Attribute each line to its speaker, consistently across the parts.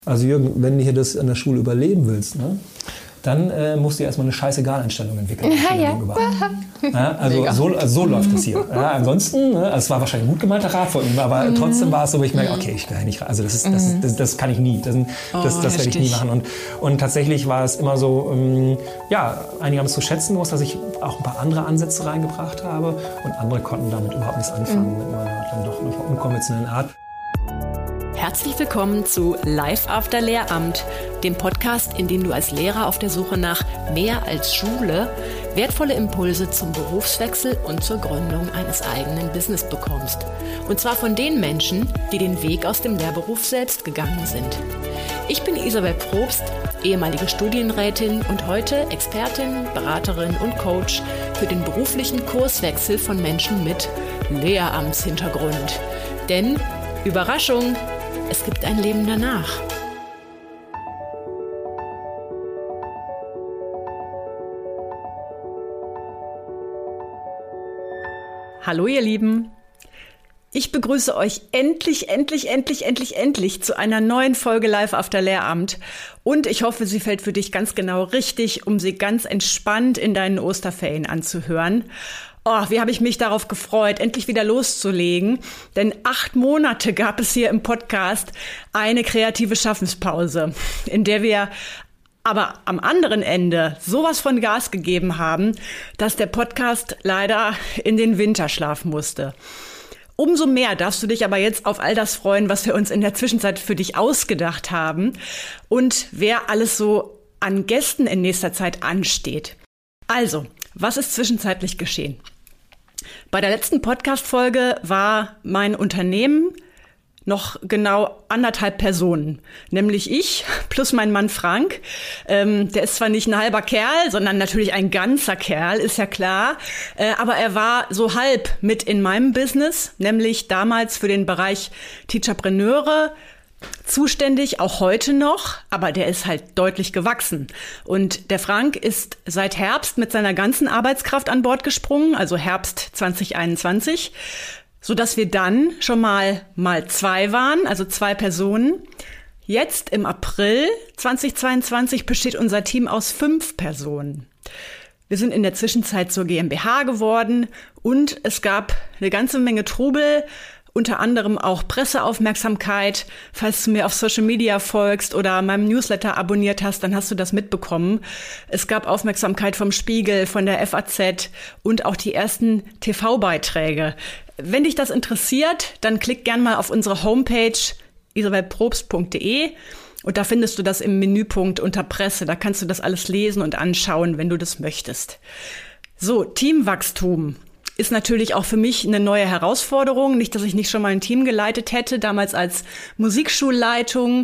Speaker 1: Also Jürgen, wenn du hier das in der Schule überleben willst, ne, dann musst du erstmal eine Scheißegal-Einstellung entwickeln. Ja, also so läuft es hier. Ja, ansonsten, ne, es war wahrscheinlich ein gut gemeinter Rat von ihm, aber trotzdem war es so, wo ich merke, okay, ich kann nicht, also das kann ich nie, das werde ich nie machen. Und tatsächlich war es immer so, einige haben es zu schätzen gewusst, dass ich auch ein paar andere Ansätze reingebracht habe und andere konnten damit überhaupt nichts anfangen, mit meiner dann doch noch unkonventionellen Art.
Speaker 2: Herzlich willkommen zu Life After Lehramt, dem Podcast, in dem du als Lehrer auf der Suche nach mehr als Schule wertvolle Impulse zum Berufswechsel und zur Gründung eines eigenen Business bekommst. Und zwar von den Menschen, die den Weg aus dem Lehrberuf selbst gegangen sind. Ich bin Isabel Probst, ehemalige Studienrätin und heute Expertin, Beraterin und Coach für den beruflichen Kurswechsel von Menschen mit Lehramtshintergrund. Denn, Überraschung, es gibt ein Leben danach. Hallo ihr Lieben. Ich begrüße euch endlich zu einer neuen Folge Live After Lehramt. Und ich hoffe, sie fällt für dich ganz genau richtig, um sie ganz entspannt in deinen Osterferien anzuhören. Oh, wie habe ich mich darauf gefreut, endlich wieder loszulegen. Denn 8 Monate gab es hier im Podcast eine kreative Schaffenspause, in der wir aber am anderen Ende sowas von Gas gegeben haben, dass der Podcast leider in den Winterschlaf musste. Umso mehr darfst du dich aber jetzt auf all das freuen, was wir uns in der Zwischenzeit für dich ausgedacht haben und wer alles so an Gästen in nächster Zeit ansteht. Also, was ist zwischenzeitlich geschehen? Bei der letzten Podcast-Folge war mein Unternehmen noch genau 1,5 Personen, nämlich ich plus mein Mann Frank. Der ist zwar nicht ein halber Kerl, sondern natürlich ein ganzer Kerl, ist ja klar. Aber er war so halb mit in meinem Business, nämlich damals für den Bereich Teacherpreneure zuständig, auch heute noch, aber der ist halt deutlich gewachsen. Und der Frank ist seit Herbst mit seiner ganzen Arbeitskraft an Bord gesprungen, also Herbst 2021, sodass wir dann schon mal 2 waren, also 2 Personen. Jetzt im April 2022 besteht unser Team aus 5 Personen. Wir sind in der Zwischenzeit zur GmbH geworden und es gab eine ganze Menge Trubel, unter anderem auch Presseaufmerksamkeit. Falls du mir auf Social Media folgst oder meinem Newsletter abonniert hast, dann hast du das mitbekommen. Es gab Aufmerksamkeit vom Spiegel, von der FAZ und auch die ersten TV-Beiträge. Wenn dich das interessiert, dann klick gern mal auf unsere Homepage isabelprobst.de und da findest du das im Menüpunkt unter Presse. Da kannst du das alles lesen und anschauen, wenn du das möchtest. So, Teamwachstum ist natürlich auch für mich eine neue Herausforderung. Nicht, dass ich nicht schon mal ein Team geleitet hätte, damals als Musikschulleitung.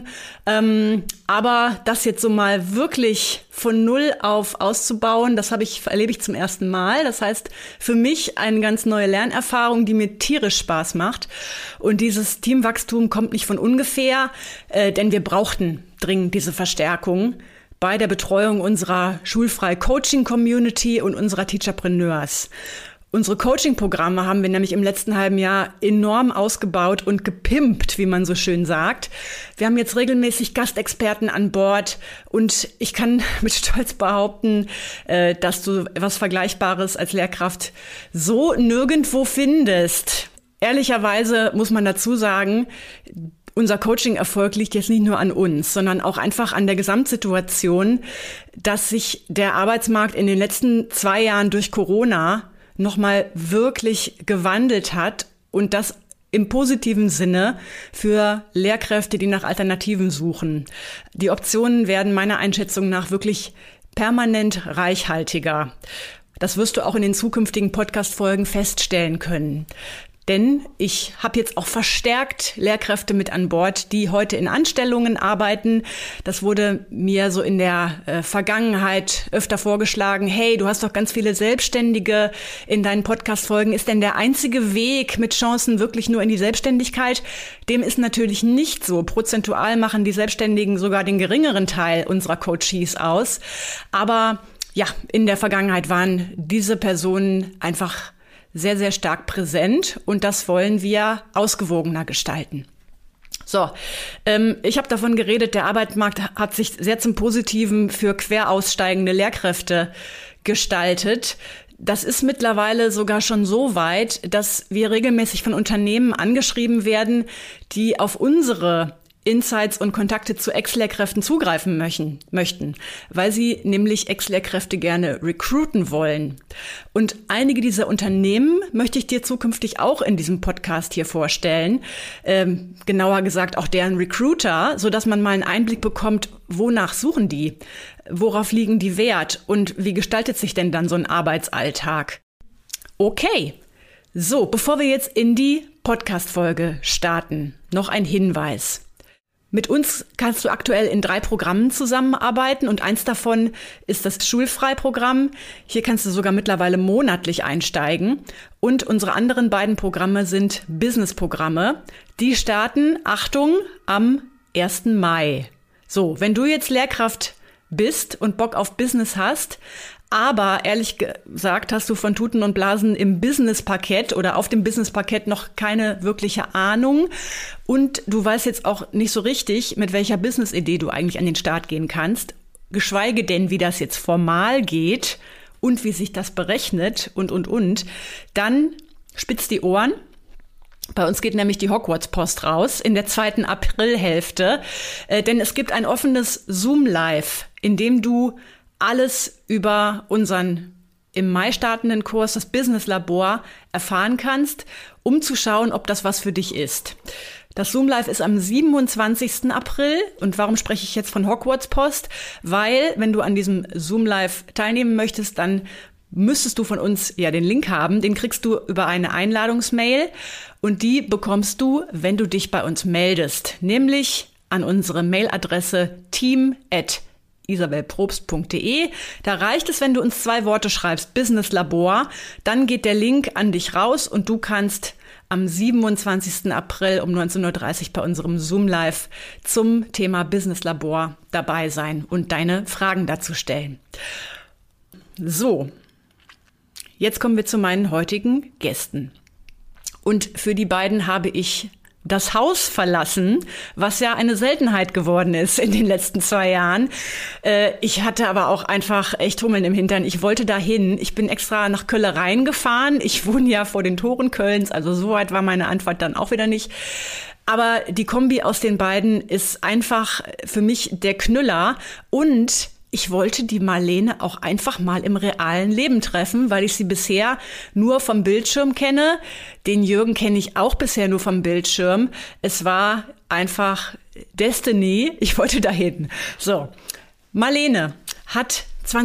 Speaker 2: Aber das jetzt so mal wirklich von null auf auszubauen, das erlebe ich zum ersten Mal. Das heißt, für mich eine ganz neue Lernerfahrung, die mir tierisch Spaß macht. Und dieses Teamwachstum kommt nicht von ungefähr, denn wir brauchten dringend diese Verstärkung bei der Betreuung unserer Schulfrei-Coaching-Community und unserer Teacherpreneurs. Unsere Coaching-Programme haben wir nämlich im letzten halben Jahr enorm ausgebaut und gepimpt, wie man so schön sagt. Wir haben jetzt regelmäßig Gastexperten an Bord und ich kann mit Stolz behaupten, dass du etwas Vergleichbares als Lehrkraft so nirgendwo findest. Ehrlicherweise muss man dazu sagen, unser Coaching-Erfolg liegt jetzt nicht nur an uns, sondern auch einfach an der Gesamtsituation, dass sich der Arbeitsmarkt in den letzten 2 Jahren durch Corona nochmal wirklich gewandelt hat und das im positiven Sinne für Lehrkräfte, die nach Alternativen suchen. Die Optionen werden meiner Einschätzung nach wirklich permanent reichhaltiger. Das wirst du auch in den zukünftigen Podcast-Folgen feststellen können. Denn ich habe jetzt auch verstärkt Lehrkräfte mit an Bord, die heute in Anstellungen arbeiten. Das wurde mir so in der Vergangenheit öfter vorgeschlagen. Hey, du hast doch ganz viele Selbstständige in deinen Podcast-Folgen. Ist denn der einzige Weg mit Chancen wirklich nur in die Selbstständigkeit? Dem ist natürlich nicht so. Prozentual machen die Selbstständigen sogar den geringeren Teil unserer Coaches aus. Aber ja, in der Vergangenheit waren diese Personen einfach sehr, sehr stark präsent und das wollen wir ausgewogener gestalten. So, ich habe davon geredet, der Arbeitsmarkt hat sich sehr zum Positiven für queraussteigende Lehrkräfte gestaltet. Das ist mittlerweile sogar schon so weit, dass wir regelmäßig von Unternehmen angeschrieben werden, die auf unsere Insights und Kontakte zu Ex-Lehrkräften zugreifen möchten, weil sie nämlich Ex-Lehrkräfte gerne recruiten wollen. Und einige dieser Unternehmen möchte ich dir zukünftig auch in diesem Podcast hier vorstellen. Genauer gesagt auch deren Recruiter, sodass man mal einen Einblick bekommt, wonach suchen die, worauf liegen die Wert und wie gestaltet sich denn dann so ein Arbeitsalltag. Okay, so, bevor wir jetzt in die Podcast-Folge starten, noch ein Hinweis. Mit uns kannst du aktuell in 3 Programmen zusammenarbeiten und eins davon ist das Schulfrei-Programm. Hier kannst du sogar mittlerweile monatlich einsteigen. Und unsere anderen beiden Programme sind Business-Programme. Die starten, Achtung, am 1. Mai. So, wenn du jetzt Lehrkraft bist und Bock auf Business hast, aber ehrlich gesagt hast du von Tuten und Blasen im Business-Parkett oder auf dem Business-Parkett noch keine wirkliche Ahnung und du weißt jetzt auch nicht so richtig, mit welcher Business-Idee du eigentlich an den Start gehen kannst, geschweige denn, wie das jetzt formal geht und wie sich das berechnet und, dann spitz die Ohren. Bei uns geht nämlich die Hogwarts-Post raus in der 2. Aprilhälfte, denn es gibt ein offenes Zoom-Live, in dem du alles über unseren im Mai startenden Kurs, das Business Labor, erfahren kannst, um zu schauen, ob das was für dich ist. Das Zoom Live ist am 27. April. Und warum spreche ich jetzt von Hogwarts Post? Weil, wenn du an diesem Zoom Live teilnehmen möchtest, dann müsstest du von uns ja den Link haben. Den kriegst du über eine Einladungsmail und die bekommst du, wenn du dich bei uns meldest. Nämlich an unsere Mailadresse team@isabelprobst.de. Da reicht es, wenn du uns 2 Worte schreibst, Business Labor. Dann geht der Link an dich raus und du kannst am 27. April um 19.30 Uhr bei unserem Zoom Live zum Thema Business Labor dabei sein und deine Fragen dazu stellen. So, jetzt kommen wir zu meinen heutigen Gästen. Und für die beiden habe ich das Haus verlassen, was ja eine Seltenheit geworden ist in den letzten 2 Jahren. Ich hatte aber auch einfach echt Hummeln im Hintern. Ich wollte dahin. Ich bin extra nach Köllereien gefahren. Ich wohne ja vor den Toren Kölns, also so weit war meine Antwort dann auch wieder nicht. Aber die Kombi aus den beiden ist einfach für mich der Knüller und ich wollte die Marlene auch einfach mal im realen Leben treffen, weil ich sie bisher nur vom Bildschirm kenne. Den Jürgen kenne ich auch bisher nur vom Bildschirm. Es war einfach Destiny. Ich wollte dahin. So, Marlene hat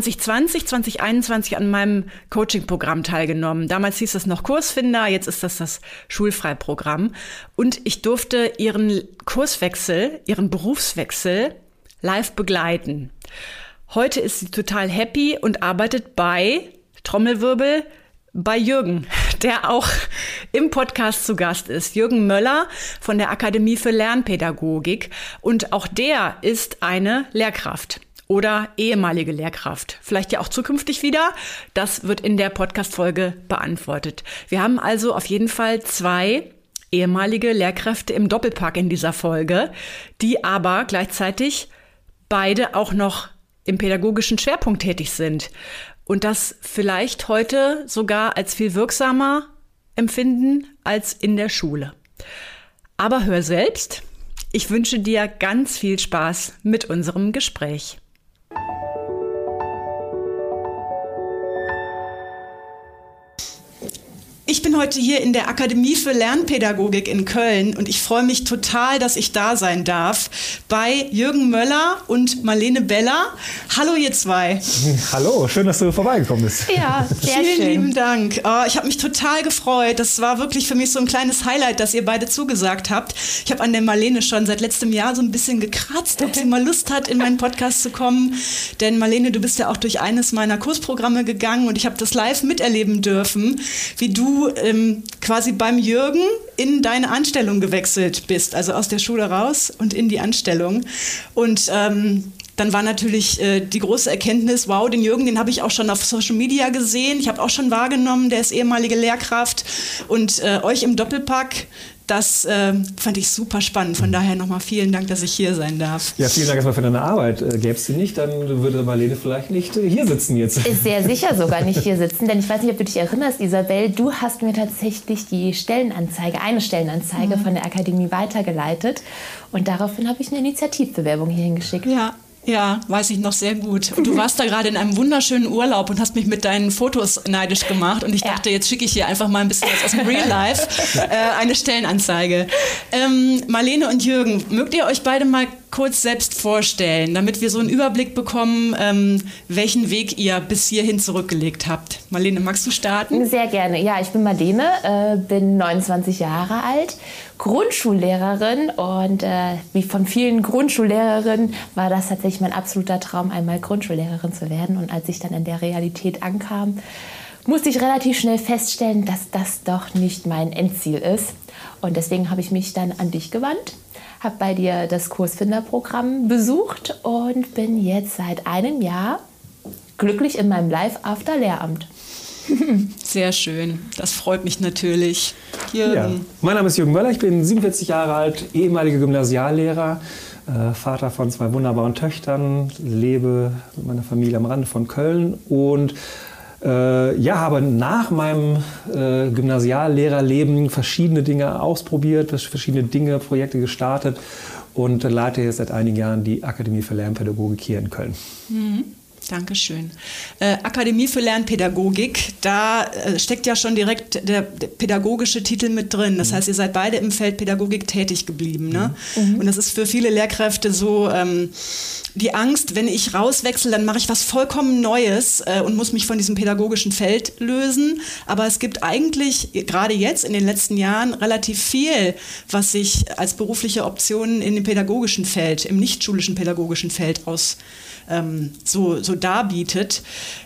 Speaker 2: 2021 an meinem Coaching-Programm teilgenommen. Damals hieß es noch Kursfinder, jetzt ist das Schulfrei-Programm. Und ich durfte ihren Kurswechsel, ihren Berufswechsel live begleiten. Heute ist sie total happy und arbeitet bei, Trommelwirbel, bei Jürgen, der auch im Podcast zu Gast ist. Jürgen Möller von der Akademie für Lernpädagogik. Und auch der ist eine Lehrkraft oder ehemalige Lehrkraft. Vielleicht ja auch zukünftig wieder. Das wird in der Podcast-Folge beantwortet. Wir haben also auf jeden Fall 2 ehemalige Lehrkräfte im Doppelpack in dieser Folge, die aber gleichzeitig beide auch noch im pädagogischen Schwerpunkt tätig sind und das vielleicht heute sogar als viel wirksamer empfinden als in der Schule. Aber hör selbst, ich wünsche dir ganz viel Spaß mit unserem Gespräch. Ich bin heute hier in der Akademie für Lernpädagogik in Köln und ich freue mich total, dass ich da sein darf bei Jürgen Möller und Marlene Beller. Hallo ihr 2.
Speaker 1: Hallo, schön, dass du vorbeigekommen bist.
Speaker 3: Ja, sehr
Speaker 2: Vielen
Speaker 3: schön.
Speaker 2: lieben Dank. Ich habe mich total gefreut. Das war wirklich für mich so ein kleines Highlight, dass ihr beide zugesagt habt. Ich habe an der Marlene schon seit letztem Jahr so ein bisschen gekratzt, ob sie mal Lust hat, in meinen Podcast zu kommen. Denn Marlene, du bist ja auch durch eines meiner Kursprogramme gegangen und ich habe das live miterleben dürfen, wie du quasi beim Jürgen in deine Anstellung gewechselt bist, also aus der Schule raus und in die Anstellung. Und dann war natürlich die große Erkenntnis, wow, den Jürgen, den habe ich auch schon auf Social Media gesehen, ich habe auch schon wahrgenommen, der ist ehemalige Lehrkraft und euch im Doppelpack, Das fand ich super spannend. Von daher nochmal vielen Dank, dass ich hier sein darf.
Speaker 1: Ja, vielen Dank erstmal für deine Arbeit. Gäbe es die nicht, dann würde Marlene vielleicht nicht hier sitzen jetzt.
Speaker 3: Ist sehr sicher sogar nicht hier sitzen, denn ich weiß nicht, ob du dich erinnerst, Isabel, du hast mir tatsächlich die eine Stellenanzeige von der Akademie weitergeleitet und daraufhin habe ich eine Initiativbewerbung hier hingeschickt.
Speaker 2: Ja, weiß ich noch sehr gut. Und du warst da gerade in einem wunderschönen Urlaub und hast mich mit deinen Fotos neidisch gemacht. Und ich dachte, jetzt schicke ich hier einfach mal ein bisschen was aus dem Real Life, eine Stellenanzeige. Marlene und Jürgen, mögt ihr euch beide mal kurz selbst vorstellen, damit wir so einen Überblick bekommen, welchen Weg ihr bis hierhin zurückgelegt habt? Marlene, magst du starten?
Speaker 3: Sehr gerne. Ja, ich bin Marlene, bin 29 Jahre alt, Grundschullehrerin und wie von vielen Grundschullehrerinnen war das tatsächlich mein absoluter Traum, einmal Grundschullehrerin zu werden. Und als ich dann in der Realität ankam, musste ich relativ schnell feststellen, dass das doch nicht mein Endziel ist. Und deswegen habe ich mich dann an dich gewandt, habe bei dir das Kursfinderprogramm besucht und bin jetzt seit einem Jahr glücklich in meinem Live-After-Lehramt.
Speaker 2: Sehr schön, das freut mich natürlich. Jürgen.
Speaker 1: Ja. Mein Name ist Jürgen Möller, ich bin 47 Jahre alt, ehemaliger Gymnasiallehrer, Vater von 2 wunderbaren Töchtern, lebe mit meiner Familie am Rande von Köln und habe nach meinem Gymnasiallehrerleben verschiedene Dinge ausprobiert, verschiedene Projekte gestartet und leite jetzt seit einigen Jahren die Akademie für Lernpädagogik hier in Köln.
Speaker 2: Dankeschön. Akademie für Lernpädagogik, da steckt ja schon direkt der pädagogische Titel mit drin. Das heißt, ihr seid beide im Feld Pädagogik tätig geblieben. Ne? Und das ist für viele Lehrkräfte so die Angst, wenn ich rauswechsle, dann mache ich was vollkommen Neues und muss mich von diesem pädagogischen Feld lösen. Aber es gibt eigentlich, gerade jetzt in den letzten Jahren, relativ viel, was sich als berufliche Optionen in dem pädagogischen Feld, im nichtschulischen pädagogischen Feld so darbietet.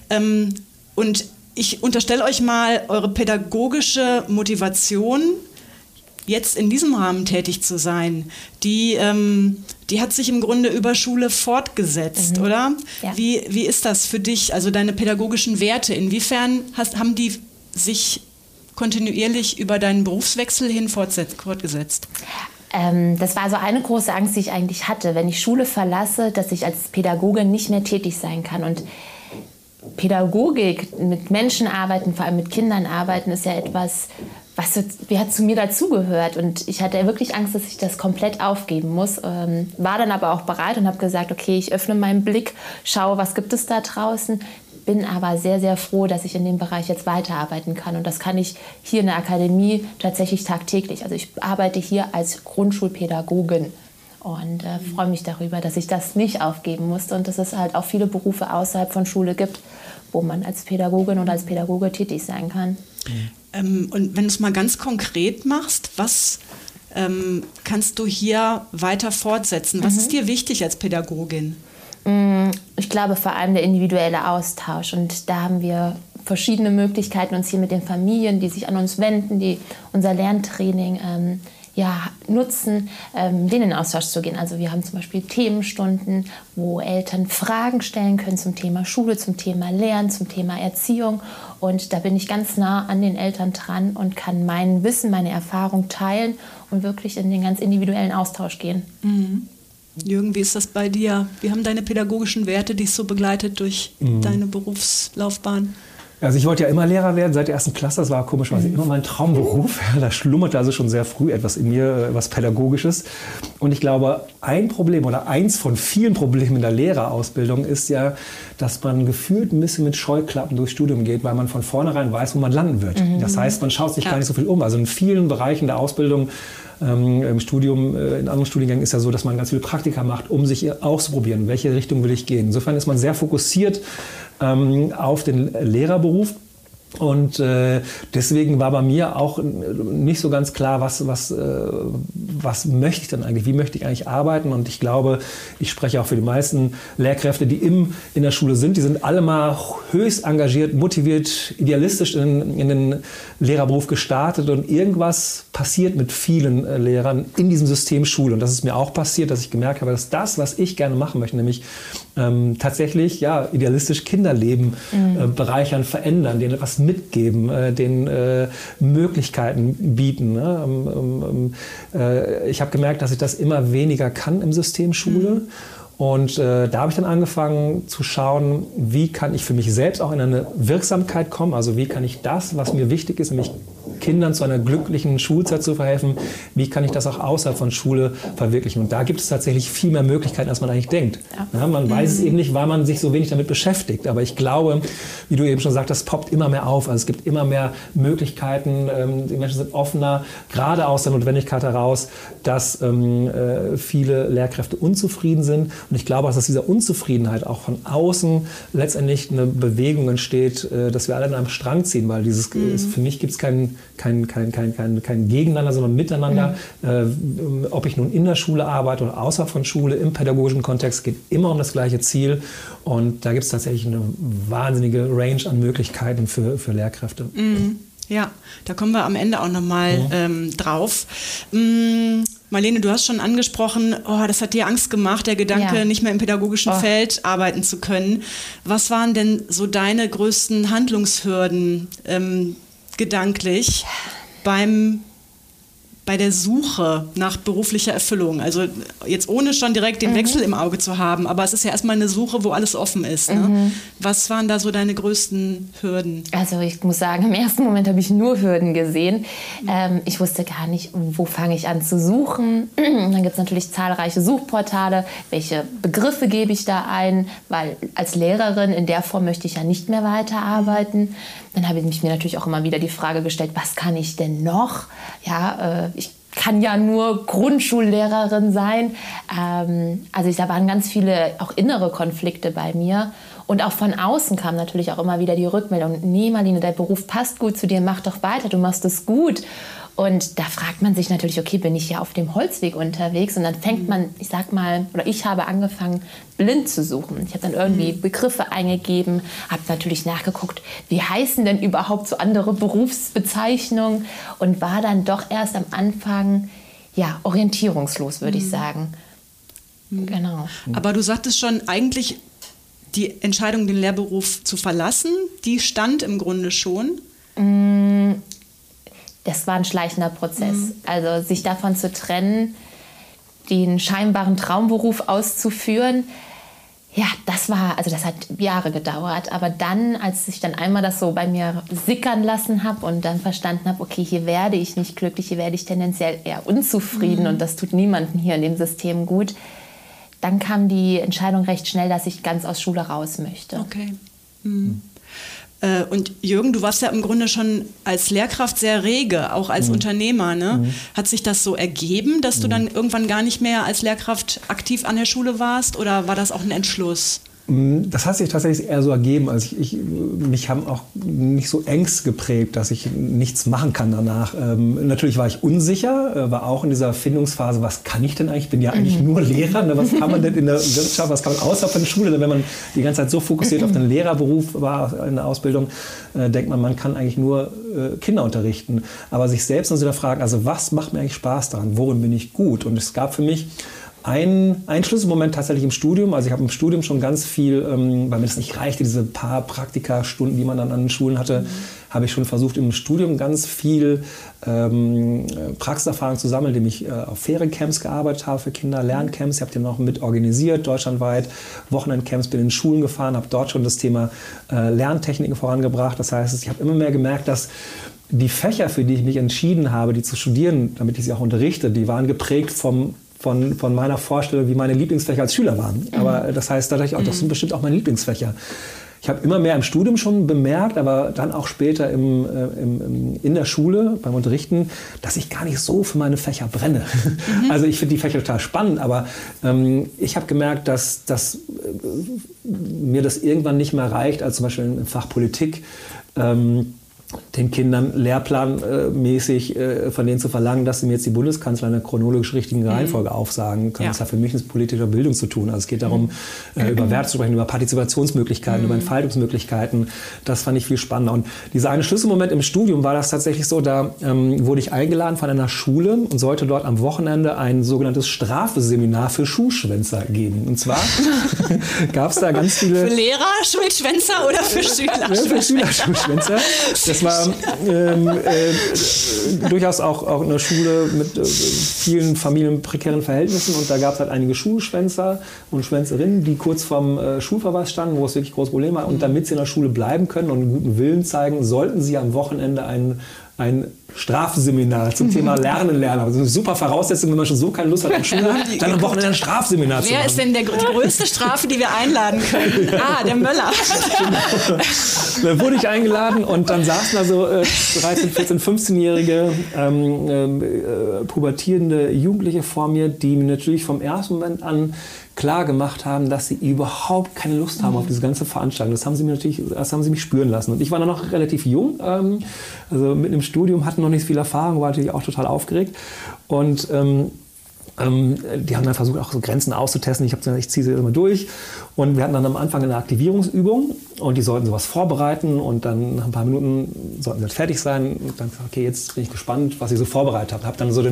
Speaker 2: Und ich unterstelle euch mal, eure pädagogische Motivation, jetzt in diesem Rahmen tätig zu sein, die hat sich im Grunde über Schule fortgesetzt, oder?
Speaker 3: Ja.
Speaker 2: Wie ist das für dich, also deine pädagogischen Werte? Inwiefern haben die sich kontinuierlich über deinen Berufswechsel hin fortgesetzt?
Speaker 3: Das war so eine große Angst, die ich eigentlich hatte, wenn ich Schule verlasse, dass ich als Pädagogin nicht mehr tätig sein kann. Und Pädagogik, mit Menschen arbeiten, vor allem mit Kindern arbeiten, ist ja etwas, was hat zu mir dazugehört. Und ich hatte wirklich Angst, dass ich das komplett aufgeben muss. War dann aber auch bereit und habe gesagt, okay, ich öffne meinen Blick, schaue, was gibt es da draußen. Bin aber sehr, sehr froh, dass ich in dem Bereich jetzt weiterarbeiten kann. Und das kann ich hier in der Akademie tatsächlich tagtäglich. Also ich arbeite hier als Grundschulpädagogin und freue mich darüber, dass ich das nicht aufgeben musste und dass es halt auch viele Berufe außerhalb von Schule gibt, wo man als Pädagogin oder als Pädagoge tätig sein kann.
Speaker 2: Und wenn du es mal ganz konkret machst, was kannst du hier weiter fortsetzen? Was ist dir wichtig als Pädagogin?
Speaker 3: Ich glaube vor allem der individuelle Austausch. Und da haben wir verschiedene Möglichkeiten, uns hier mit den Familien, die sich an uns wenden, die unser Lerntraining nutzen, denen in den Austausch zu gehen. Also wir haben zum Beispiel Themenstunden, wo Eltern Fragen stellen können zum Thema Schule, zum Thema Lernen, zum Thema Erziehung. Und da bin ich ganz nah an den Eltern dran und kann mein Wissen, meine Erfahrung teilen und wirklich in den ganz individuellen Austausch gehen.
Speaker 2: Jürgen, wie ist das bei dir? Wie haben deine pädagogischen Werte dich so begleitet durch deine Berufslaufbahn?
Speaker 1: Also ich wollte ja immer Lehrer werden, seit der 1. Klasse. Das war komischerweise immer mein Traumberuf. Da schlummerte also schon sehr früh etwas in mir, was Pädagogisches. Und ich glaube, ein Problem oder eins von vielen Problemen in der Lehrerausbildung ist ja, dass man gefühlt ein bisschen mit Scheuklappen durchs Studium geht, weil man von vornherein weiß, wo man landen wird. Das heißt, man schaut sich gar nicht so viel um. Also in vielen Bereichen der Ausbildung, im Studium, in anderen Studiengängen ist ja so, dass man ganz viele Praktika macht, um sich auszuprobieren, in welche Richtung will ich gehen. Insofern ist man sehr fokussiert auf den Lehrerberuf. Und deswegen war bei mir auch nicht so ganz klar, was möchte ich denn eigentlich, wie möchte ich eigentlich arbeiten. Und ich glaube, ich spreche auch für die meisten Lehrkräfte, die in der Schule sind, die sind alle mal höchst engagiert, motiviert, idealistisch in den Lehrerberuf gestartet. Und irgendwas passiert mit vielen Lehrern in diesem System Schule. Und das ist mir auch passiert, dass ich gemerkt habe, dass das, was ich gerne machen möchte, nämlich tatsächlich idealistisch Kinderleben bereichern, verändern, denen etwas mitgeben, denen Möglichkeiten bieten. Ne? Ich habe gemerkt, dass ich das immer weniger kann im System Schule. Und da habe ich dann angefangen zu schauen, wie kann ich für mich selbst auch in eine Wirksamkeit kommen, also wie kann ich das, was mir wichtig ist, nämlich Kindern zu einer glücklichen Schulzeit zu verhelfen, wie kann ich das auch außerhalb von Schule verwirklichen. Und da gibt es tatsächlich viel mehr Möglichkeiten, als man eigentlich denkt. Ja, man weiß es eben nicht, weil man sich so wenig damit beschäftigt. Aber ich glaube, wie du eben schon sagtest, das poppt immer mehr auf. Also es gibt immer mehr Möglichkeiten. Die Menschen sind offener, gerade aus der Notwendigkeit heraus, dass viele Lehrkräfte unzufrieden sind. Und ich glaube, dass aus dieser Unzufriedenheit auch von außen letztendlich eine Bewegung entsteht, dass wir alle an einem Strang ziehen. Weil für mich gibt es kein Gegeneinander, sondern Miteinander. Ob ich nun in der Schule arbeite oder außerhalb von Schule, im pädagogischen Kontext, geht immer um das gleiche Ziel. Und da gibt es tatsächlich eine wahnsinnige Range an Möglichkeiten für Lehrkräfte.
Speaker 2: Ja, da kommen wir am Ende auch nochmal drauf. Marlene, du hast schon angesprochen, das hat dir Angst gemacht, der Gedanke, nicht mehr im pädagogischen Feld arbeiten zu können. Was waren denn so deine größten Handlungshürden gedanklich bei der Suche nach beruflicher Erfüllung? Also jetzt ohne schon direkt den Wechsel im Auge zu haben, aber es ist ja erstmal eine Suche, wo alles offen ist. Ne? Was waren da so deine größten Hürden?
Speaker 3: Also ich muss sagen, im ersten Moment habe ich nur Hürden gesehen. Ich wusste gar nicht, wo fange ich an zu suchen. Dann gibt es natürlich zahlreiche Suchportale. Welche Begriffe gebe ich da ein? Weil als Lehrerin in der Form möchte ich ja nicht mehr weiterarbeiten. Dann habe ich mir natürlich auch immer wieder die Frage gestellt, was kann ich denn noch? Ich kann ja nur Grundschullehrerin sein. Da waren ganz viele auch innere Konflikte bei mir. Und auch von außen kam natürlich auch immer wieder die Rückmeldung, nee Marlene, dein Beruf passt gut zu dir, mach doch weiter, du machst es gut. Und da fragt man sich natürlich, okay, bin ich ja auf dem Holzweg unterwegs? Und dann fängt man, ich habe angefangen, blind zu suchen. Ich habe dann irgendwie Begriffe eingegeben, habe natürlich nachgeguckt, wie heißen denn überhaupt so andere Berufsbezeichnungen und war dann doch erst am Anfang, orientierungslos, würde ich sagen. Genau.
Speaker 2: Aber du sagtest schon, eigentlich die Entscheidung, den Lehrberuf zu verlassen, die stand im Grunde schon.
Speaker 3: Das war ein schleichender Prozess. Also sich davon zu trennen, den scheinbaren Traumberuf auszuführen, das hat Jahre gedauert. Aber dann, als ich dann einmal das so bei mir sickern lassen habe und dann verstanden habe, okay, hier werde ich nicht glücklich, hier werde ich tendenziell eher unzufrieden und das tut niemandem hier in dem System gut, dann kam die Entscheidung recht schnell, dass ich ganz aus Schule raus möchte.
Speaker 2: Okay. Und Jürgen, du warst ja im Grunde schon als Lehrkraft sehr rege, auch als Unternehmer. Ne? Hat sich das so ergeben, dass du dann irgendwann gar nicht mehr als Lehrkraft aktiv an der Schule warst oder war das auch ein Entschluss?
Speaker 1: Das hat sich tatsächlich eher so ergeben. Also mich haben auch nicht so Ängste geprägt, dass ich nichts machen kann danach. Natürlich war ich unsicher, war auch in dieser Findungsphase, was kann ich denn eigentlich? Ich bin ja eigentlich nur Lehrer. Ne? Was kann man denn in der Wirtschaft, was kann man außerhalb von der Schule? Ne? Wenn man die ganze Zeit so fokussiert auf den Lehrerberuf war in der Ausbildung, denkt man kann eigentlich nur Kinder unterrichten. Aber sich selbst noch hinterfragen, also was macht mir eigentlich Spaß daran? Worin bin ich gut? Und es gab für mich ein Schlüsselmoment tatsächlich im Studium. Also ich habe im Studium schon ganz viel, weil mir das nicht reichte, diese paar Praktikastunden, die man dann an den Schulen hatte, habe ich schon versucht, im Studium ganz viel Praxiserfahrung zu sammeln, indem ich auf Feriencamps gearbeitet habe für Kinder, Lerncamps. Ich habe die noch mit organisiert, deutschlandweit, Wochenendcamps, bin in Schulen gefahren, habe dort schon das Thema Lerntechniken vorangebracht. Das heißt, ich habe immer mehr gemerkt, dass die Fächer, für die ich mich entschieden habe, die zu studieren, damit ich sie auch unterrichte, die waren geprägt von meiner Vorstellung, wie meine Lieblingsfächer als Schüler waren. Aber das heißt dadurch auch, das sind bestimmt auch meine Lieblingsfächer. Ich habe immer mehr im Studium schon bemerkt, aber dann auch später in der Schule beim Unterrichten, dass ich gar nicht so für meine Fächer brenne. Also ich finde die Fächer total spannend, aber ich habe gemerkt, dass mir das irgendwann nicht mehr reicht, als zum Beispiel im Fach Politik, den Kindern lehrplanmäßig von denen zu verlangen, dass sie mir jetzt die Bundeskanzler in der chronologisch richtigen Reihenfolge aufsagen können. Das hat für mich mit politischer Bildung zu tun. Also es geht darum, über Werte zu sprechen, über Partizipationsmöglichkeiten, über Entfaltungsmöglichkeiten. Das fand ich viel spannender. Und dieser eine Schlüsselmoment im Studium war das tatsächlich so, da wurde ich eingeladen von einer Schule und sollte dort am Wochenende ein sogenanntes Strafseminar für Schuhschwänzer geben. Und zwar gab es da ganz viele...
Speaker 2: Für Lehrer Schulschwänzer oder für Schüler?
Speaker 1: Für Schüler Schulschwänzer. Das war durchaus auch eine Schule mit vielen familienprekären Verhältnissen und da gab es halt einige Schulschwänzer und Schwänzerinnen, die kurz vorm Schulverweis standen, wo es wirklich große Probleme war. Und damit sie in der Schule bleiben können und einen guten Willen zeigen, sollten sie am Wochenende ein Strafseminar zum Thema Lernen. Also eine super Voraussetzung, wenn man schon so keine Lust hat auf Schule, dann am Wochenende ein Strafseminar zu machen.
Speaker 2: Wer ist denn die größte Strafe, die wir einladen können? Der Möller.
Speaker 1: Da wurde ich eingeladen und dann saßen da so 13, 14, 15-jährige pubertierende Jugendliche vor mir, die mir natürlich vom ersten Moment an klar gemacht haben, dass sie überhaupt keine Lust haben auf diese ganze Veranstaltung. Das haben sie mich spüren lassen. Und ich war dann noch relativ jung, also mit dem Studium, hatte noch nicht viel Erfahrung, war natürlich auch total aufgeregt. Und die haben dann versucht, auch so Grenzen auszutesten. Ich habe gesagt, ich ziehe sie immer durch. Und wir hatten dann am Anfang eine Aktivierungsübung und die sollten sowas vorbereiten und dann nach ein paar Minuten sollten sie fertig sein. Und dann gesagt, okay, jetzt bin ich gespannt, was ich so vorbereitet habe. Habe dann so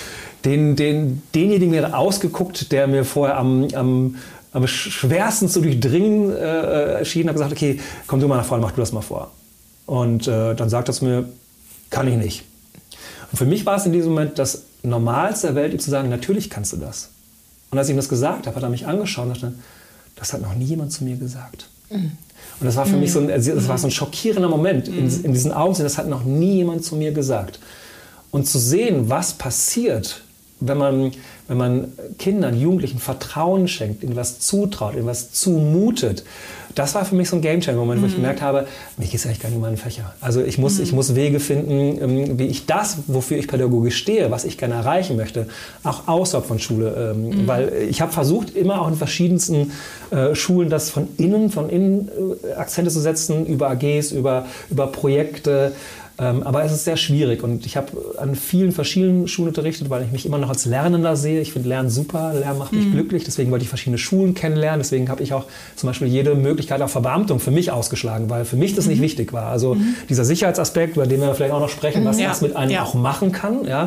Speaker 1: denjenigen mir ausgeguckt, der mir vorher am schwersten zu durchdringen schien, habe gesagt, okay, komm du mal nach vorne, mach du das mal vor. Und dann sagt er zu mir, kann ich nicht. Und für mich war es in diesem Moment das Normalste der Welt, ihm zu sagen, natürlich kannst du das. Und als ich ihm das gesagt habe, hat er mich angeschaut und dachte, das hat noch nie jemand zu mir gesagt. Und das war für mich so ein schockierender Moment in diesen Augen, das hat noch nie jemand zu mir gesagt. Und zu sehen, was passiert, wenn man Kindern, Jugendlichen Vertrauen schenkt, ihnen was zutraut, ihnen was zumutet, das war für mich so ein Game-Changer-Moment, wo ich gemerkt habe, mir geht es eigentlich gar nicht um meine Fächer. Also ich muss Wege finden, wie ich das, wofür ich pädagogisch stehe, was ich gerne erreichen möchte, auch außerhalb von Schule. Weil ich habe versucht, immer auch in verschiedensten Schulen das von innen Akzente zu setzen, über AGs, über Projekte. Aber es ist sehr schwierig und ich habe an vielen verschiedenen Schulen unterrichtet, weil ich mich immer noch als Lernender sehe. Ich finde Lernen super, Lernen macht mich glücklich, deswegen wollte ich verschiedene Schulen kennenlernen. Deswegen habe ich auch zum Beispiel jede Möglichkeit auf Verbeamtung für mich ausgeschämt, weil für mich das nicht wichtig war. Also dieser Sicherheitsaspekt, über den wir vielleicht auch noch sprechen, was das mit einem auch machen kann. Ja.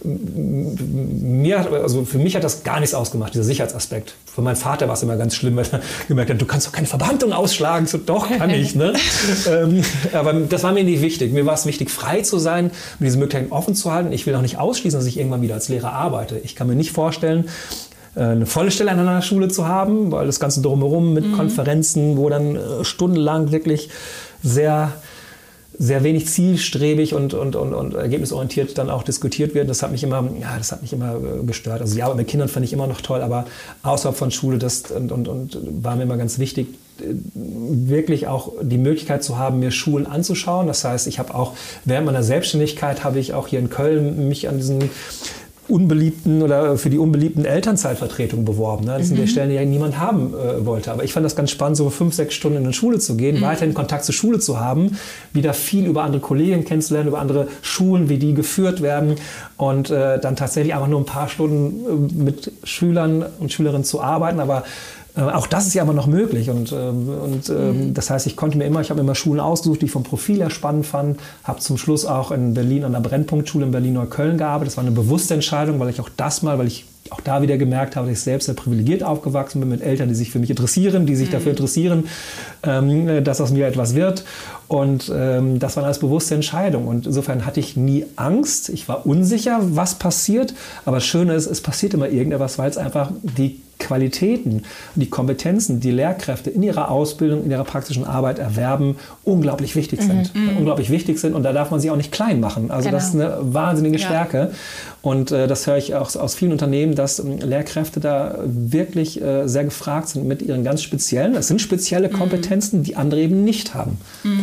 Speaker 1: Für mich hat das gar nichts ausgemacht, dieser Sicherheitsaspekt. Für meinen Vater war es immer ganz schlimm, weil er gemerkt hat, du kannst doch keine Verbeamtung ausschlagen. So, doch, kann ich. Ne? Aber das war mir nicht wichtig. Mir war es wichtig, frei zu sein, mir diese Möglichkeiten offen zu halten. Ich will auch nicht ausschließen, dass ich irgendwann wieder als Lehrer arbeite. Ich kann mir nicht vorstellen, eine volle Stelle an einer Schule zu haben, weil das Ganze drumherum mit Konferenzen, wo dann stundenlang wirklich sehr, sehr wenig zielstrebig und ergebnisorientiert dann auch diskutiert wird. Das hat mich immer gestört. Also die Arbeit mit Kindern fand ich immer noch toll, aber außerhalb von Schule und war mir immer ganz wichtig, wirklich auch die Möglichkeit zu haben, mir Schulen anzuschauen. Das heißt, ich habe auch während meiner Selbstständigkeit habe ich auch hier in Köln mich an diesen unbeliebten oder für die unbeliebten Elternzeitvertretungen beworben. Ne? Das sind die Stellen, die ja niemand haben wollte. Aber ich fand das ganz spannend, so 5-6 Stunden in eine Schule zu gehen, weiterhin Kontakt zur Schule zu haben, wieder viel über andere Kollegen kennenzulernen, über andere Schulen, wie die geführt werden und dann tatsächlich einfach nur ein paar Stunden mit Schülern und Schülerinnen zu arbeiten. Aber auch das ist ja immer noch möglich und das heißt, ich habe mir immer Schulen ausgesucht, die ich vom Profil her spannend fand, habe zum Schluss auch in Berlin an der Brennpunktschule in Berlin-Neukölln gearbeitet. Das war eine bewusste Entscheidung, weil ich auch da wieder gemerkt habe, dass ich selbst sehr privilegiert aufgewachsen bin mit Eltern, die sich für mich interessieren, die sich dafür interessieren, dass aus mir etwas wird. Und das war alles bewusste Entscheidung. Und insofern hatte ich nie Angst. Ich war unsicher, was passiert. Aber das Schöne ist, es passiert immer irgendetwas, weil es einfach die Qualitäten, die Kompetenzen, die Lehrkräfte in ihrer Ausbildung, in ihrer praktischen Arbeit erwerben, unglaublich wichtig sind. Unglaublich wichtig sind und da darf man sie auch nicht klein machen. Also das ist eine wahnsinnige Stärke. Und das höre ich auch aus vielen Unternehmen, dass Lehrkräfte da wirklich sehr gefragt sind mit ihren ganz speziellen, das sind spezielle Kompetenzen, die andere eben nicht haben.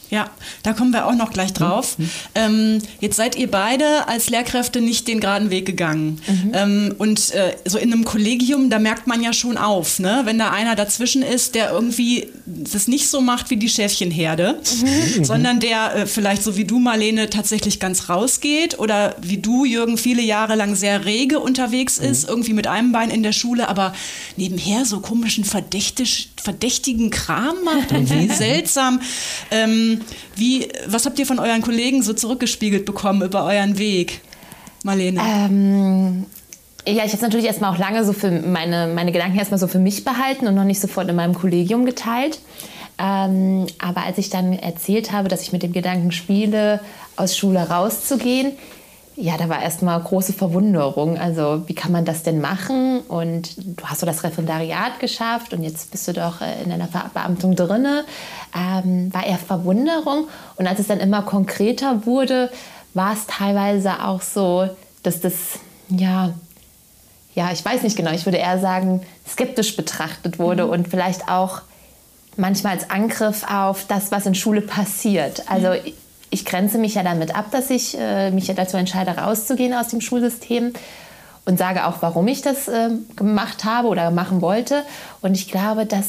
Speaker 2: Ja, da kommen wir auch noch gleich drauf. Jetzt seid ihr beide als Lehrkräfte nicht den geraden Weg gegangen. Und so in einem Kollegium, da merkt man ja schon auf, ne? Wenn da einer dazwischen ist, der irgendwie das nicht so macht wie die Schäfchenherde, sondern der vielleicht so wie du, Marlene, tatsächlich ganz rausgeht oder wie du, Jürgen, viele Jahre lang sehr rege unterwegs ist, irgendwie mit einem Bein in der Schule, aber nebenher so komischen verdächtigen Kram macht und wie seltsam. Was habt ihr von euren Kollegen so zurückgespiegelt bekommen über euren Weg, Marlene?
Speaker 3: Ja, ich habe es natürlich erstmal auch lange so für meine Gedanken erstmal so für mich behalten und noch nicht sofort in meinem Kollegium geteilt. Aber als ich dann erzählt habe, dass ich mit dem Gedanken spiele, aus Schule rauszugehen, ja, da war erstmal große Verwunderung. Also wie kann man das denn machen? Und du hast so das Referendariat geschafft und jetzt bist du doch in einer Verbeamtung drinne. War eher Verwunderung. Und als es dann immer konkreter wurde, war es teilweise auch so, dass das, ja, ich weiß nicht genau, ich würde eher sagen, skeptisch betrachtet wurde und vielleicht auch manchmal als Angriff auf das, was in Schule passiert. Also ich grenze mich ja damit ab, dass ich mich ja dazu entscheide, rauszugehen aus dem Schulsystem und sage auch, warum ich das gemacht habe oder machen wollte. Und ich glaube, dass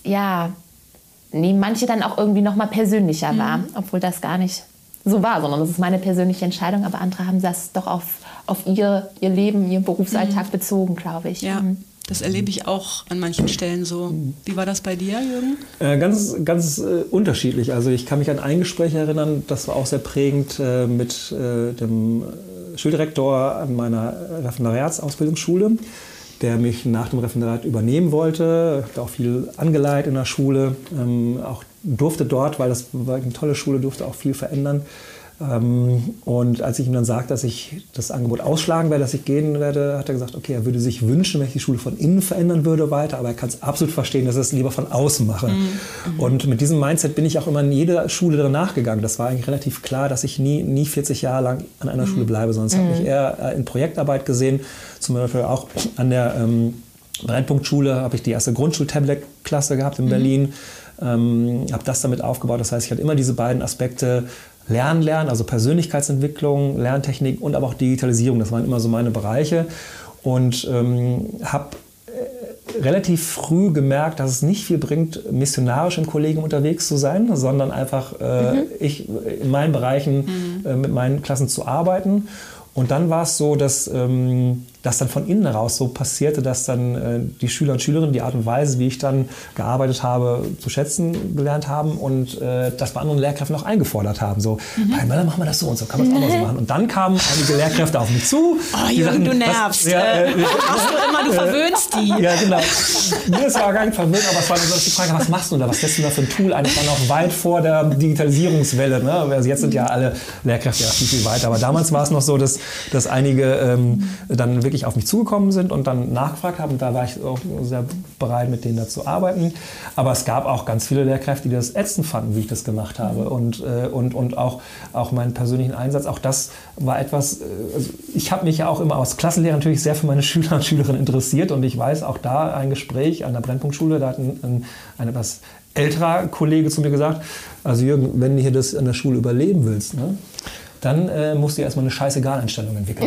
Speaker 3: manche dann auch irgendwie noch mal persönlicher war, obwohl das gar nicht so war, sondern das ist meine persönliche Entscheidung. Aber andere haben das doch auf ihr Leben, ihren Berufsalltag bezogen, glaube ich.
Speaker 2: Ja. Das erlebe ich auch an manchen Stellen so. Wie war das bei dir, Jürgen?
Speaker 1: Ganz unterschiedlich. Also ich kann mich an ein Gespräch erinnern, das war auch sehr prägend mit dem Schuldirektor an meiner Referendariatsausbildungsschule, der mich nach dem Referendariat übernehmen wollte. Ich habe auch viel angeleitet in der Schule, auch durfte dort, weil das war eine tolle Schule, durfte auch viel verändern. Und als ich ihm dann sagte, dass ich das Angebot ausschlagen werde, dass ich gehen werde, hat er gesagt, okay, er würde sich wünschen, wenn ich die Schule von innen verändern würde weiter, aber er kann es absolut verstehen, dass er es lieber von außen mache. Und mit diesem Mindset bin ich auch immer in jeder Schule danach gegangen. Das war eigentlich relativ klar, dass ich nie 40 Jahre lang an einer Schule bleibe, sondern es hat mich eher in Projektarbeit gesehen, zum Beispiel auch an der Brennpunktschule habe ich die erste Grundschul-Tablet-Klasse gehabt in Berlin, habe das damit aufgebaut. Das heißt, ich hatte immer diese beiden Aspekte, Lernen, also Persönlichkeitsentwicklung, Lerntechnik und aber auch Digitalisierung. Das waren immer so meine Bereiche und habe relativ früh gemerkt, dass es nicht viel bringt, missionarisch im Kollegium unterwegs zu sein, sondern einfach ich in meinen Bereichen mit meinen Klassen zu arbeiten. Und dann war es so, dass das dann von innen heraus so passierte, dass dann die Schüler und Schülerinnen die Art und Weise, wie ich dann gearbeitet habe, zu schätzen gelernt haben und das bei anderen Lehrkräften auch eingefordert haben. So, bei Möller machen wir das so und so, kann man das auch mal so machen. Und dann kamen einige Lehrkräfte auf mich zu.
Speaker 2: Oh, Jürgen, du nervst. Machst du immer, du verwöhnst die.
Speaker 1: Ja, genau. Das war gar nicht verwöhnt, aber es war so die Frage, was machst du da? Was lässt du da für ein Tool ein? Das war noch weit vor der Digitalisierungswelle. Ne? Also jetzt sind ja alle Lehrkräfte ja viel weiter. Aber damals war es noch so, dass einige dann wirklich auf mich zugekommen sind und dann nachgefragt haben. Und da war ich auch sehr bereit, mit denen da zu arbeiten. Aber es gab auch ganz viele Lehrkräfte, die das ätzend fanden, wie ich das gemacht habe. Und auch meinen persönlichen Einsatz. Auch das war etwas, also ich habe mich ja auch immer als Klassenlehrer natürlich sehr für meine Schüler und Schülerinnen interessiert. Und ich weiß, auch da ein Gespräch an der Brennpunktschule, da hat ein etwas älterer Kollege zu mir gesagt, also Jürgen, wenn du hier das an der Schule überleben willst, ne, dann musst du erstmal eine scheißegal-Einstellung entwickeln.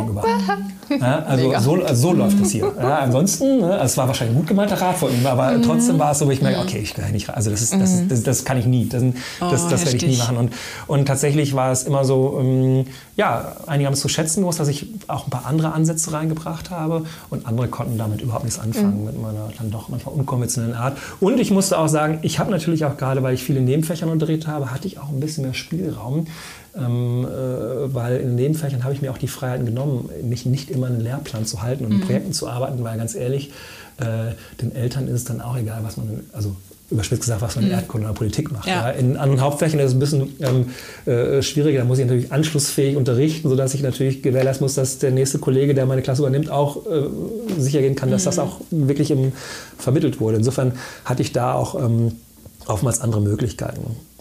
Speaker 1: So läuft das hier. Ja, ansonsten, es war wahrscheinlich ein gut gemeinter Rat von ihm, aber trotzdem war es so, wo ich merke, okay, ich kann nicht, also das kann ich nie, das werde ich nie machen. Und tatsächlich war es immer so, einige haben es zu schätzen gewusst, dass ich auch ein paar andere Ansätze reingebracht habe und andere konnten damit überhaupt nichts anfangen, mit meiner dann doch manchmal unkonventionellen Art. Und ich musste auch sagen, ich habe natürlich auch gerade, weil ich viele Nebenfächern unterrichtet habe, hatte ich auch ein bisschen mehr Spielraum. Weil in den Nebenfächern habe ich mir auch die Freiheiten genommen, mich nicht immer an einen Lehrplan zu halten und in Projekten zu arbeiten, weil ganz ehrlich, den Eltern ist es dann auch egal, was man, also überspitzt gesagt, was man in Erdkunde oder Politik macht. Ja. Ja. In anderen Hauptfächern ist es ein bisschen schwieriger, da muss ich natürlich anschlussfähig unterrichten, sodass ich natürlich gewährleisten muss, dass der nächste Kollege, der meine Klasse übernimmt, auch sicher gehen kann, dass das auch wirklich vermittelt wurde. Insofern hatte ich da auch oftmals andere Möglichkeiten.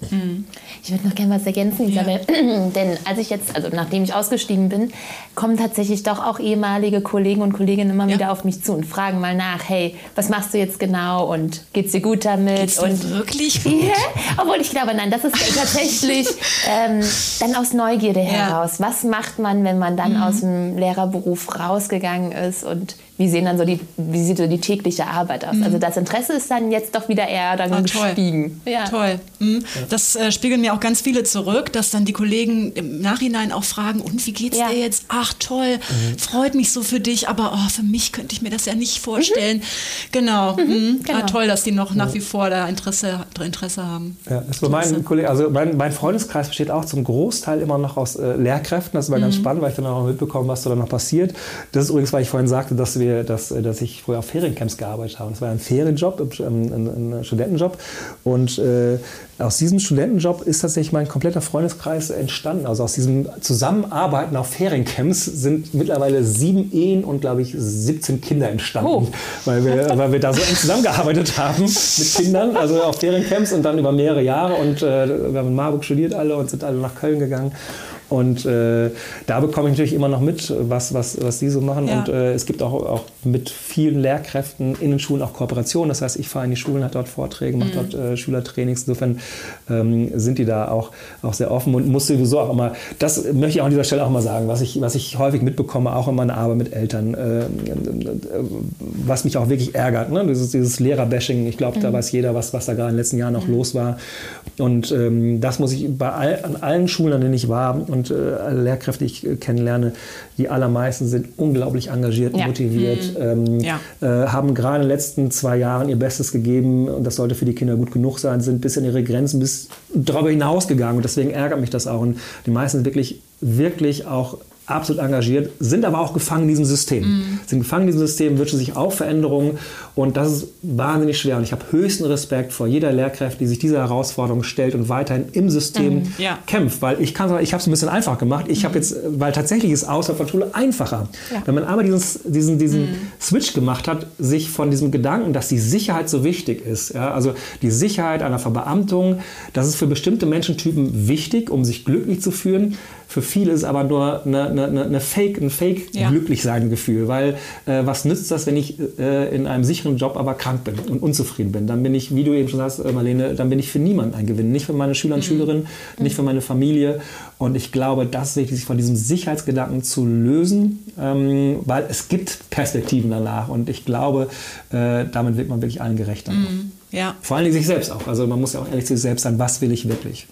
Speaker 3: Ich würde noch gerne was ergänzen, Isabel. Denn nachdem ich ausgestiegen bin, kommen tatsächlich doch auch ehemalige Kollegen und Kolleginnen immer wieder auf mich zu und fragen mal nach, hey, was machst du jetzt genau und geht's dir gut damit?
Speaker 2: Geht's dir wirklich gut?
Speaker 3: Ja, obwohl ich glaube, nein, das ist tatsächlich dann aus Neugierde heraus. Was macht man, wenn man dann aus dem Lehrerberuf rausgegangen ist und wie sieht so die tägliche Arbeit aus? Also das Interesse ist dann jetzt doch wieder eher dann gestiegen.
Speaker 2: Ja. Toll. Das spiegeln mir auch ganz viele zurück, dass dann die Kollegen im Nachhinein auch fragen, und wie geht's dir jetzt? Ach toll, freut mich so für dich, aber für mich könnte ich mir das ja nicht vorstellen. Genau. Genau. Toll, dass die noch nach wie vor da Interesse haben.
Speaker 1: Ja, das war mein Freundeskreis besteht auch zum Großteil immer noch aus Lehrkräften. Das war ganz spannend, weil ich dann auch mitbekommen, was da noch passiert. Das ist übrigens, weil ich vorhin sagte, dass ich früher auf Feriencamps gearbeitet habe. Das war ein Ferienjob, ein Studentenjob. Und aus diesem Studentenjob ist tatsächlich mein kompletter Freundeskreis entstanden. Also aus diesem Zusammenarbeiten auf Feriencamps sind mittlerweile 7 Ehen und, glaube ich, 17 Kinder entstanden. Weil wir da so eng zusammengearbeitet haben mit Kindern, also auf Feriencamps und dann über mehrere Jahre. Und wir haben in Marburg studiert alle und sind alle nach Köln gegangen. Und da bekomme ich natürlich immer noch mit, was die so machen. Ja. Und es gibt auch mit vielen Lehrkräften in den Schulen auch Kooperationen. Das heißt, ich fahre in die Schulen, halte dort Vorträge, mache dort Schülertrainings. Insofern sind die da auch sehr offen und muss sowieso auch immer, das möchte ich auch an dieser Stelle auch mal sagen, was ich häufig mitbekomme, auch in meiner Arbeit mit Eltern, was mich auch wirklich ärgert. Ne? Dieses Lehrerbashing, ich glaube, da weiß jeder, was da gerade in den letzten Jahren auch los war. Und das muss ich an allen Schulen, an denen ich war, und alle Lehrkräfte, die ich kennenlerne, die allermeisten sind unglaublich engagiert, motiviert, haben gerade in den letzten 2 Jahren ihr Bestes gegeben und das sollte für die Kinder gut genug sein, sind bis an ihre Grenzen, bis darüber hinausgegangen und deswegen ärgert mich das auch. Und die meisten sind wirklich auch absolut engagiert, sind aber auch gefangen in diesem System. Sind gefangen in diesem System, wünschen sich auch Veränderungen und das ist wahnsinnig schwer. Und ich habe höchsten Respekt vor jeder Lehrkraft, die sich dieser Herausforderung stellt und weiterhin im System kämpft. Weil ich habe es ein bisschen einfach gemacht. Ich habe jetzt, weil tatsächlich ist außerhalb von Schule einfacher. Ja. Wenn man einmal diesen Switch gemacht hat, sich von diesem Gedanken, dass die Sicherheit so wichtig ist, also die Sicherheit einer Verbeamtung, das ist für bestimmte Menschentypen wichtig, um sich glücklich zu fühlen. Für viele ist es aber nur ein Fake-Glücklichsein-Gefühl, weil was nützt das, wenn ich in einem sicheren Job aber krank bin und unzufrieden bin? Dann bin ich, wie du eben schon sagst, Marlene, dann bin ich für niemanden ein Gewinn. Nicht für meine Schüler und Schülerinnen, nicht für meine Familie. Und ich glaube, das ist wichtig, sich von diesem Sicherheitsgedanken zu lösen, weil es gibt Perspektiven danach. Und ich glaube, damit wird man wirklich allen gerechter.
Speaker 2: Ja.
Speaker 1: Vor allem sich selbst auch. Also man muss ja auch ehrlich zu sich selbst sein, was will ich wirklich?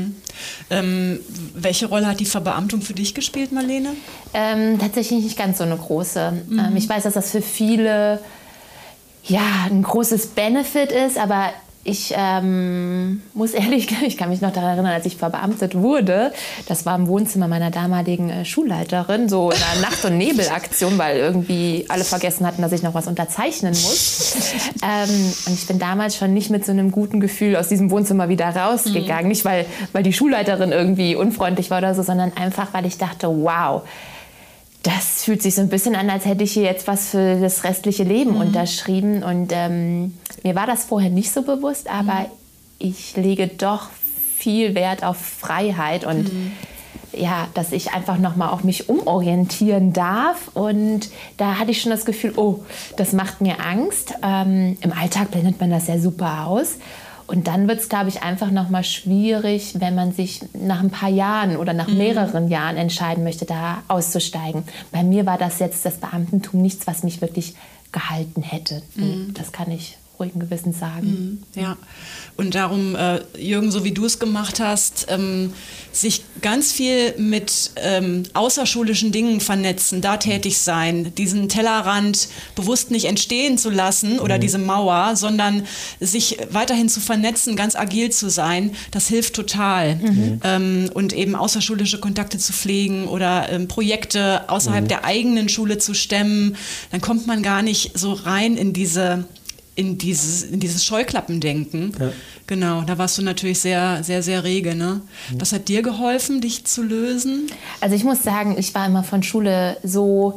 Speaker 2: Welche Rolle hat die Verbeamtung für dich gespielt, Marlene?
Speaker 3: Tatsächlich nicht ganz so eine große. Ich weiß, dass das für viele ein großes Benefit ist, aber ich muss ehrlich, ich kann mich noch daran erinnern, als ich verbeamtet wurde, das war im Wohnzimmer meiner damaligen Schulleiterin, so in einer Nacht- und Nebelaktion, weil irgendwie alle vergessen hatten, dass ich noch was unterzeichnen muss. Und ich bin damals schon nicht mit so einem guten Gefühl aus diesem Wohnzimmer wieder rausgegangen. Nicht, weil die Schulleiterin irgendwie unfreundlich war oder so, sondern einfach, weil ich dachte, wow, das fühlt sich so ein bisschen an, als hätte ich hier jetzt was für das restliche Leben unterschrieben. Und mir war das vorher nicht so bewusst, aber ich lege doch viel Wert auf Freiheit und dass ich einfach nochmal auch mich umorientieren darf. Und da hatte ich schon das Gefühl, oh, das macht mir Angst. Im Alltag blendet man das ja super aus. Und dann wird es, glaube ich, einfach nochmal schwierig, wenn man sich nach ein paar Jahren oder nach mehreren Jahren entscheiden möchte, da auszusteigen. Bei mir war das jetzt das Beamtentum nichts, was mich wirklich gehalten hätte. Das kann ich ruhigen Gewissens sagen.
Speaker 2: Ja, und darum, Jürgen, so wie du es gemacht hast, sich ganz viel mit außerschulischen Dingen vernetzen, da tätig sein, diesen Tellerrand bewusst nicht entstehen zu lassen oder diese Mauer, sondern sich weiterhin zu vernetzen, ganz agil zu sein, das hilft total. Und eben außerschulische Kontakte zu pflegen oder Projekte außerhalb der eigenen Schule zu stemmen, dann kommt man gar nicht so rein in dieses Scheuklappendenken. Ja. Genau, da warst du natürlich sehr, sehr, sehr rege. Ne? Was hat dir geholfen, dich zu lösen?
Speaker 3: Also ich muss sagen, ich war immer von Schule so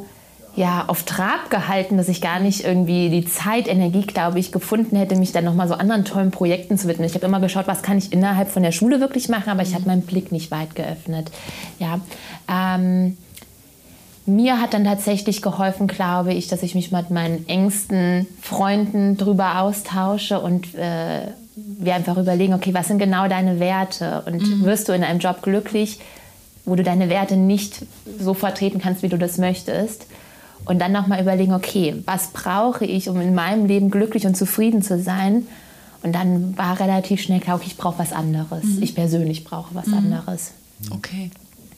Speaker 3: auf Trab gehalten, dass ich gar nicht irgendwie die Zeit, Energie, glaube ich, gefunden hätte, mich dann nochmal so anderen tollen Projekten zu widmen. Ich habe immer geschaut, was kann ich innerhalb von der Schule wirklich machen, aber ich habe meinen Blick nicht weit geöffnet. Ja, mir hat dann tatsächlich geholfen, glaube ich, dass ich mich mit meinen engsten Freunden drüber austausche und wir einfach überlegen, okay, was sind genau deine Werte und wirst du in einem Job glücklich, wo du deine Werte nicht so vertreten kannst, wie du das möchtest. Und dann nochmal überlegen, okay, was brauche ich, um in meinem Leben glücklich und zufrieden zu sein? Und dann war relativ schnell klar, okay, ich brauche was anderes. Ich persönlich brauche was anderes.
Speaker 2: Okay.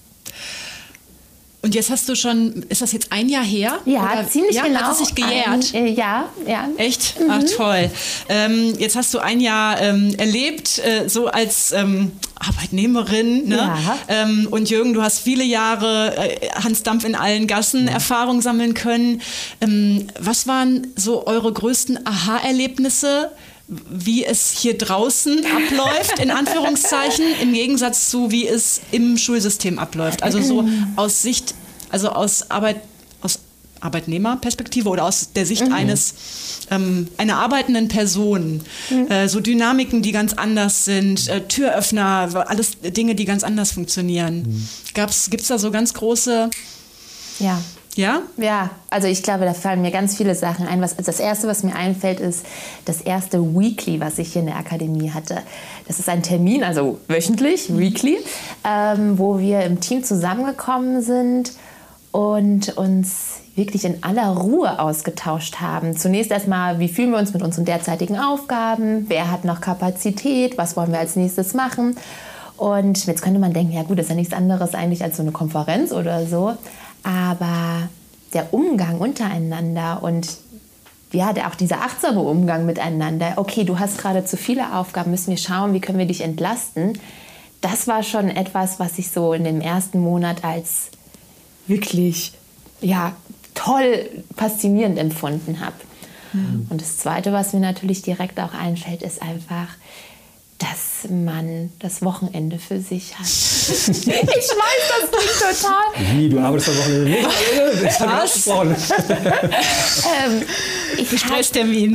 Speaker 2: Und jetzt hast du schon, ist das jetzt ein Jahr her?
Speaker 3: Ja, oder? Ziemlich genau.
Speaker 2: Hat es sich gejährt?
Speaker 3: Ja.
Speaker 2: Echt? Ach, toll. Jetzt hast du ein Jahr erlebt, so als Arbeitnehmerin. Ne?
Speaker 3: Ja.
Speaker 2: Und Jürgen, du hast viele Jahre Hans Dampf in allen Gassen Erfahrung sammeln können. Was waren so eure größten Aha-Erlebnisse, wie es hier draußen abläuft, in Anführungszeichen, im Gegensatz zu, wie es im Schulsystem abläuft? Also so aus Sicht, also aus Arbeitnehmerperspektive oder aus der Sicht einer arbeitenden Person. So Dynamiken, die ganz anders sind, Türöffner, alles Dinge, die ganz anders funktionieren. Gibt's da so ganz große...
Speaker 3: Ja.
Speaker 2: Ja?
Speaker 3: Ja, also ich glaube, da fallen mir ganz viele Sachen ein. Das Erste, was mir einfällt, ist das erste Weekly, was ich hier in der Akademie hatte. Das ist ein Termin, also wöchentlich, Weekly, wo wir im Team zusammengekommen sind und uns wirklich in aller Ruhe ausgetauscht haben. Zunächst erstmal, wie fühlen wir uns mit unseren derzeitigen Aufgaben? Wer hat noch Kapazität? Was wollen wir als nächstes machen? Und jetzt könnte man denken, ja gut, das ist ja nichts anderes eigentlich als so eine Konferenz oder so. Aber der Umgang untereinander und auch dieser achtsame Umgang miteinander, okay, du hast gerade zu viele Aufgaben, müssen wir schauen, wie können wir dich entlasten, das war schon etwas, was ich so in dem ersten Monat als wirklich toll, faszinierend empfunden habe. Und das Zweite, was mir natürlich direkt auch einfällt, ist einfach, dass man das Wochenende für sich hat. Ich weiß, das klingt total...
Speaker 1: Wie, du arbeitest am Wochenende nicht? Das hat ausgesprochen.
Speaker 2: Stresstermin.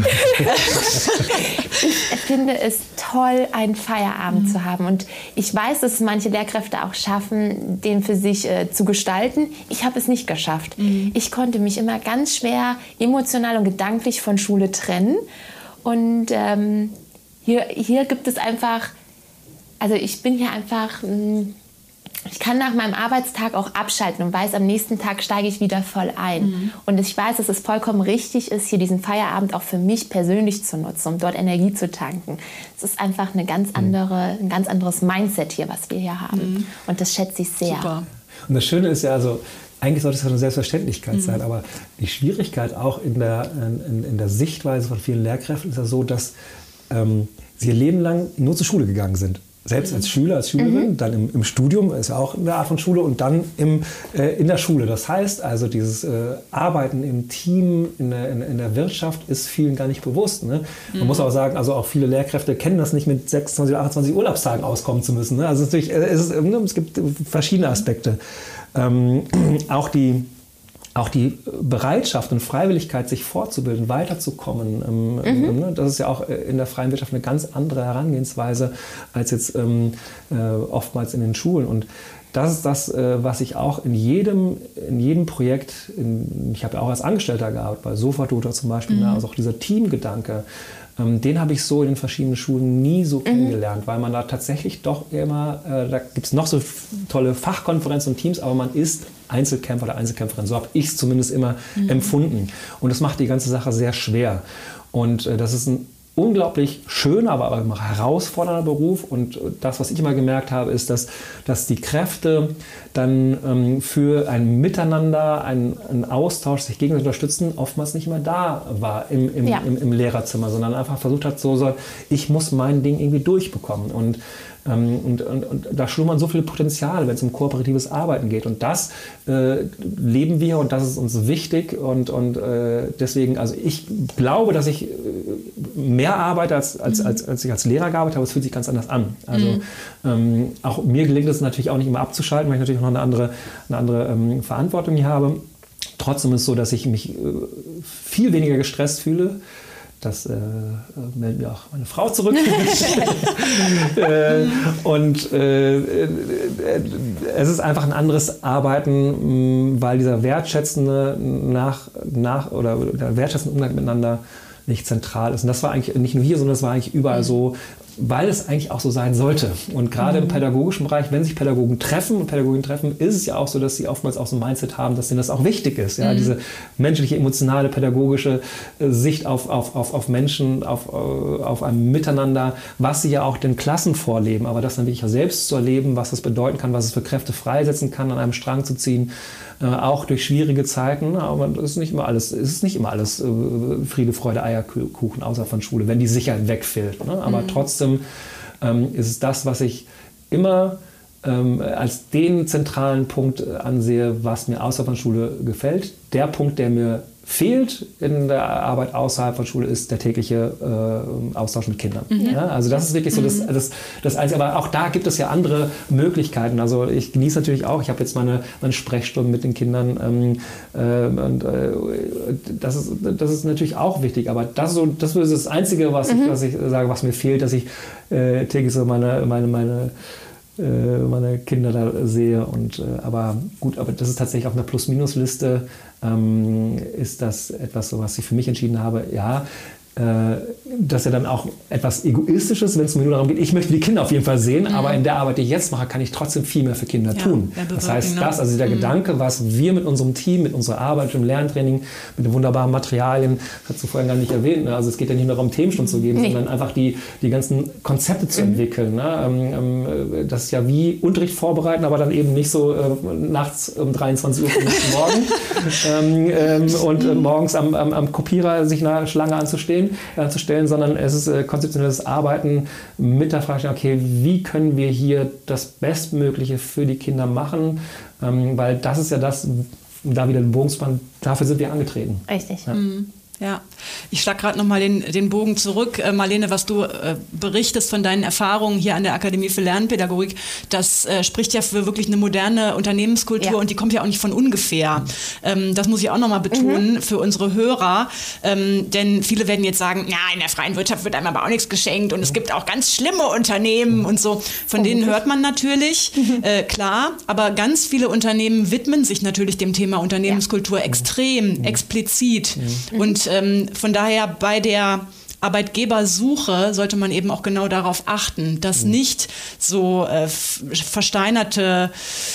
Speaker 3: Ich finde es toll, einen Feierabend zu haben. Und ich weiß, dass manche Lehrkräfte auch schaffen, den für sich zu gestalten. Ich habe es nicht geschafft. Ich konnte mich immer ganz schwer emotional und gedanklich von Schule trennen. Und hier gibt es einfach, also ich bin hier einfach, ich kann nach meinem Arbeitstag auch abschalten und weiß, am nächsten Tag steige ich wieder voll ein. Und ich weiß, dass es vollkommen richtig ist, hier diesen Feierabend auch für mich persönlich zu nutzen, um dort Energie zu tanken. Es ist einfach ein ganz anderes Mindset hier, was wir hier haben. Und das schätze ich sehr.
Speaker 2: Super.
Speaker 1: Und das Schöne ist ja, also eigentlich sollte es ja eine Selbstverständlichkeit sein, aber die Schwierigkeit auch in der Sichtweise von vielen Lehrkräften ist ja so, dass sie ihr Leben lang nur zur Schule gegangen sind. Selbst als Schüler, als Schülerin, dann im Studium, ist ja auch eine Art von Schule, und dann in der Schule. Das heißt also, dieses Arbeiten im Team, in der Wirtschaft ist vielen gar nicht bewusst. Ne? Man muss auch sagen, also auch viele Lehrkräfte kennen das nicht, mit 26 oder 28 Urlaubstagen auskommen zu müssen. Ne? Also natürlich, es gibt verschiedene Aspekte. Auch die Bereitschaft und Freiwilligkeit, sich fortzubilden, weiterzukommen, das ist ja auch in der freien Wirtschaft eine ganz andere Herangehensweise als jetzt oftmals in den Schulen. Und das ist das, was ich auch in jedem Projekt, ich habe ja auch als Angestellter gearbeitet, bei Sofatutor zum Beispiel, also auch dieser Teamgedanke, den habe ich so in den verschiedenen Schulen nie so kennengelernt, weil man da tatsächlich doch immer, da gibt es noch so tolle Fachkonferenzen und Teams, aber man ist Einzelkämpfer oder Einzelkämpferin. So habe ich es zumindest immer empfunden. Und das macht die ganze Sache sehr schwer. Und das ist ein unglaublich schöner, aber auch immer herausfordernder Beruf. Und das, was ich immer gemerkt habe, ist, dass die Kräfte dann für ein Miteinander, einen Austausch, sich gegenseitig unterstützen, oftmals nicht mehr da war im Lehrerzimmer, sondern einfach versucht hat, ich muss mein Ding irgendwie durchbekommen. Und da schlummern so viele Potenziale, wenn es um kooperatives Arbeiten geht. Und das leben wir, und das ist uns wichtig. Und deswegen, also ich glaube, dass ich mehr arbeite, als ich als Lehrer gearbeitet habe. Es fühlt sich ganz anders an. Also auch mir gelingt es natürlich auch nicht immer abzuschalten, weil ich natürlich noch eine andere Verantwortung hier habe. Trotzdem ist es so, dass ich mich viel weniger gestresst fühle. Das meldet mir auch meine Frau zurück. Und es ist einfach ein anderes Arbeiten, weil dieser wertschätzende oder der wertschätzende Umgang miteinander nicht zentral ist. Und das war eigentlich nicht nur hier, sondern das war eigentlich überall so, weil es eigentlich auch so sein sollte. Und gerade im pädagogischen Bereich, wenn sich Pädagogen treffen und Pädagoginnen treffen, ist es ja auch so, dass sie oftmals auch so ein Mindset haben, dass denen das auch wichtig ist. Ja? Diese menschliche, emotionale, pädagogische Sicht auf Menschen, auf ein Miteinander, was sie ja auch den Klassen vorleben, aber das dann wirklich selbst zu erleben, was das bedeuten kann, was es für Kräfte freisetzen kann, an einem Strang zu ziehen, auch durch schwierige Zeiten. Aber es ist nicht immer alles Friede, Freude, Eierkuchen, außer von Schule, wenn die Sicherheit wegfällt. Ne? Aber trotzdem ist es das, was ich immer als den zentralen Punkt ansehe, was mir außerhalb von Schule gefällt. Der Punkt, der mir fehlt in der Arbeit außerhalb von Schule, ist der tägliche Austausch mit Kindern. Ja, also das ist wirklich so das Einzige. Aber auch da gibt es ja andere Möglichkeiten. Also ich genieße natürlich auch, ich habe jetzt meine Sprechstunden mit den Kindern das ist natürlich auch wichtig. Aber das ist das Einzige, was ich sage, was mir fehlt, dass ich täglich so meine Kinder da sehe. Aber das ist tatsächlich auf einer Plus-Minus-Liste, ist das etwas, was ich für mich entschieden habe, ja, das ist ja dann auch etwas Egoistisches, wenn es mir nur darum geht, ich möchte die Kinder auf jeden Fall sehen, aber in der Arbeit, die ich jetzt mache, kann ich trotzdem viel mehr für Kinder tun. Das heißt, also der Gedanke, was wir mit unserem Team, mit unserer Arbeit, mit dem Lerntraining, mit den wunderbaren Materialien, das hast du vorhin gar nicht erwähnt, ne? Also es geht ja nicht nur darum, Themenstunden zu geben, sondern einfach die ganzen Konzepte zu entwickeln. Ne? Das ist ja wie Unterricht vorbereiten, aber dann eben nicht so nachts um 23 Uhr morgen und morgens am Kopierer sich eine Schlange anzustellen, sondern es ist konzeptionelles Arbeiten mit der Frage, okay, wie können wir hier das Bestmögliche für die Kinder machen, weil das ist ja das, da wieder den Bogen zu spannen, dafür sind wir angetreten.
Speaker 3: Richtig.
Speaker 2: Ja. Ja, ich schlage gerade nochmal den Bogen zurück. Marlene, was du berichtest von deinen Erfahrungen hier an der Akademie für Lernpädagogik, das spricht ja für wirklich eine moderne Unternehmenskultur und die kommt ja auch nicht von ungefähr. Das muss ich auch nochmal betonen für unsere Hörer, denn viele werden jetzt sagen, ja, in der freien Wirtschaft wird einem aber auch nichts geschenkt und es gibt auch ganz schlimme Unternehmen und so. Von denen hört man natürlich, klar, aber ganz viele Unternehmen widmen sich natürlich dem Thema Unternehmenskultur extrem, explizit und von daher bei der Arbeitgebersuche sollte man eben auch genau darauf achten, dass nicht so versteinerte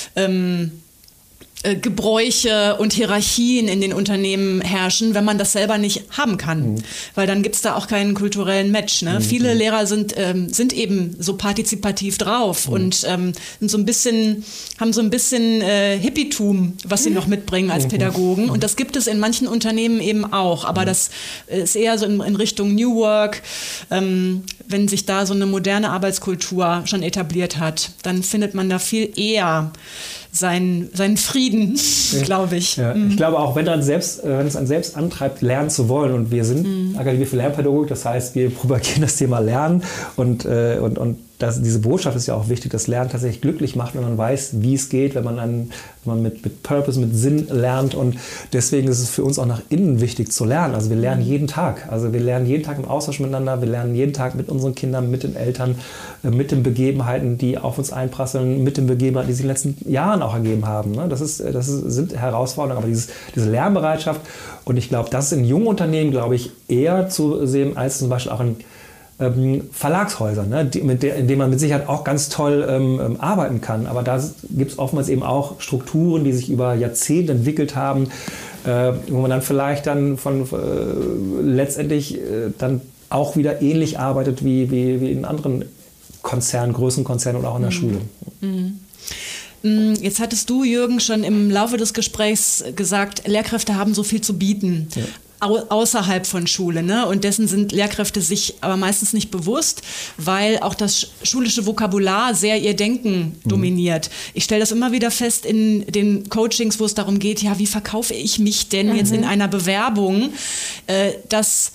Speaker 2: Gebräuche und Hierarchien in den Unternehmen herrschen, wenn man das selber nicht haben kann. Weil dann gibt es da auch keinen kulturellen Match. Ne? Viele Lehrer sind eben so partizipativ drauf und sind so ein bisschen, haben so ein bisschen Hippietum, was sie noch mitbringen als Pädagogen. Und das gibt es in manchen Unternehmen eben auch. Aber das ist eher so in Richtung New Work. Wenn sich da so eine moderne Arbeitskultur schon etabliert hat, dann findet man da viel eher seinen Frieden, glaube ich.
Speaker 1: Ja, ich glaube auch, wenn es einen selbst antreibt, lernen zu wollen, und wir sind Akademie für Lernpädagogik, das heißt, wir propagieren das Thema Lernen und diese Botschaft ist ja auch wichtig, dass Lernen tatsächlich glücklich macht, wenn man weiß, wie es geht, wenn man mit Purpose, mit Sinn lernt, und deswegen ist es für uns auch nach innen wichtig zu lernen. Also wir lernen jeden Tag. Also wir lernen jeden Tag im Austausch miteinander, wir lernen jeden Tag mit unseren Kindern, mit den Eltern, mit den Begebenheiten, die auf uns einprasseln, mit den Begebenheiten, die sich in den letzten Jahren auch ergeben haben. Das sind Herausforderungen, aber diese Lernbereitschaft, und ich glaube, das ist in jungen Unternehmen, glaube ich, eher zu sehen als zum Beispiel auch in Verlagshäusern, ne, in denen man mit Sicherheit auch ganz toll arbeiten kann. Aber da gibt es oftmals eben auch Strukturen, die sich über Jahrzehnte entwickelt haben, wo man dann vielleicht dann letztendlich dann auch wieder ähnlich arbeitet wie in anderen Konzernen, größeren Konzernen oder auch in der Schule.
Speaker 2: Jetzt hattest du, Jürgen, schon im Laufe des Gesprächs gesagt, Lehrkräfte haben so viel zu bieten. Ja. Außerhalb von Schule, ne? Und dessen sind Lehrkräfte sich aber meistens nicht bewusst, weil auch das schulische Vokabular sehr ihr Denken dominiert. Ich stelle das immer wieder fest in den Coachings, wo es darum geht, ja, wie verkaufe ich mich denn jetzt in einer Bewerbung, dass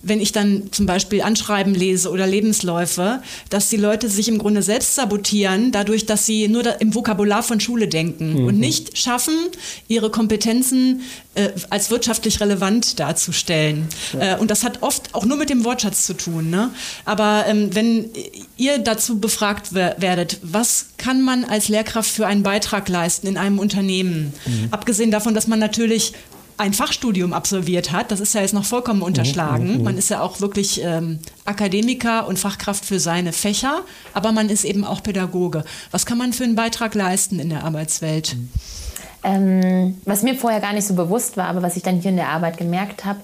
Speaker 2: wenn ich dann zum Beispiel Anschreiben lese oder Lebensläufe, dass die Leute sich im Grunde selbst sabotieren, dadurch, dass sie nur im Vokabular von Schule denken und nicht schaffen, ihre Kompetenzen als wirtschaftlich relevant darzustellen. Ja. Und das hat oft auch nur mit dem Wortschatz zu tun. Ne? Aber wenn ihr dazu befragt werdet, was kann man als Lehrkraft für einen Beitrag leisten in einem Unternehmen? Abgesehen davon, dass man natürlich ein Fachstudium absolviert hat, das ist ja jetzt noch vollkommen unterschlagen. Man ist ja auch wirklich Akademiker und Fachkraft für seine Fächer, aber man ist eben auch Pädagoge. Was kann man für einen Beitrag leisten in der Arbeitswelt?
Speaker 3: Was mir vorher gar nicht so bewusst war, aber was ich dann hier in der gemerkt habe,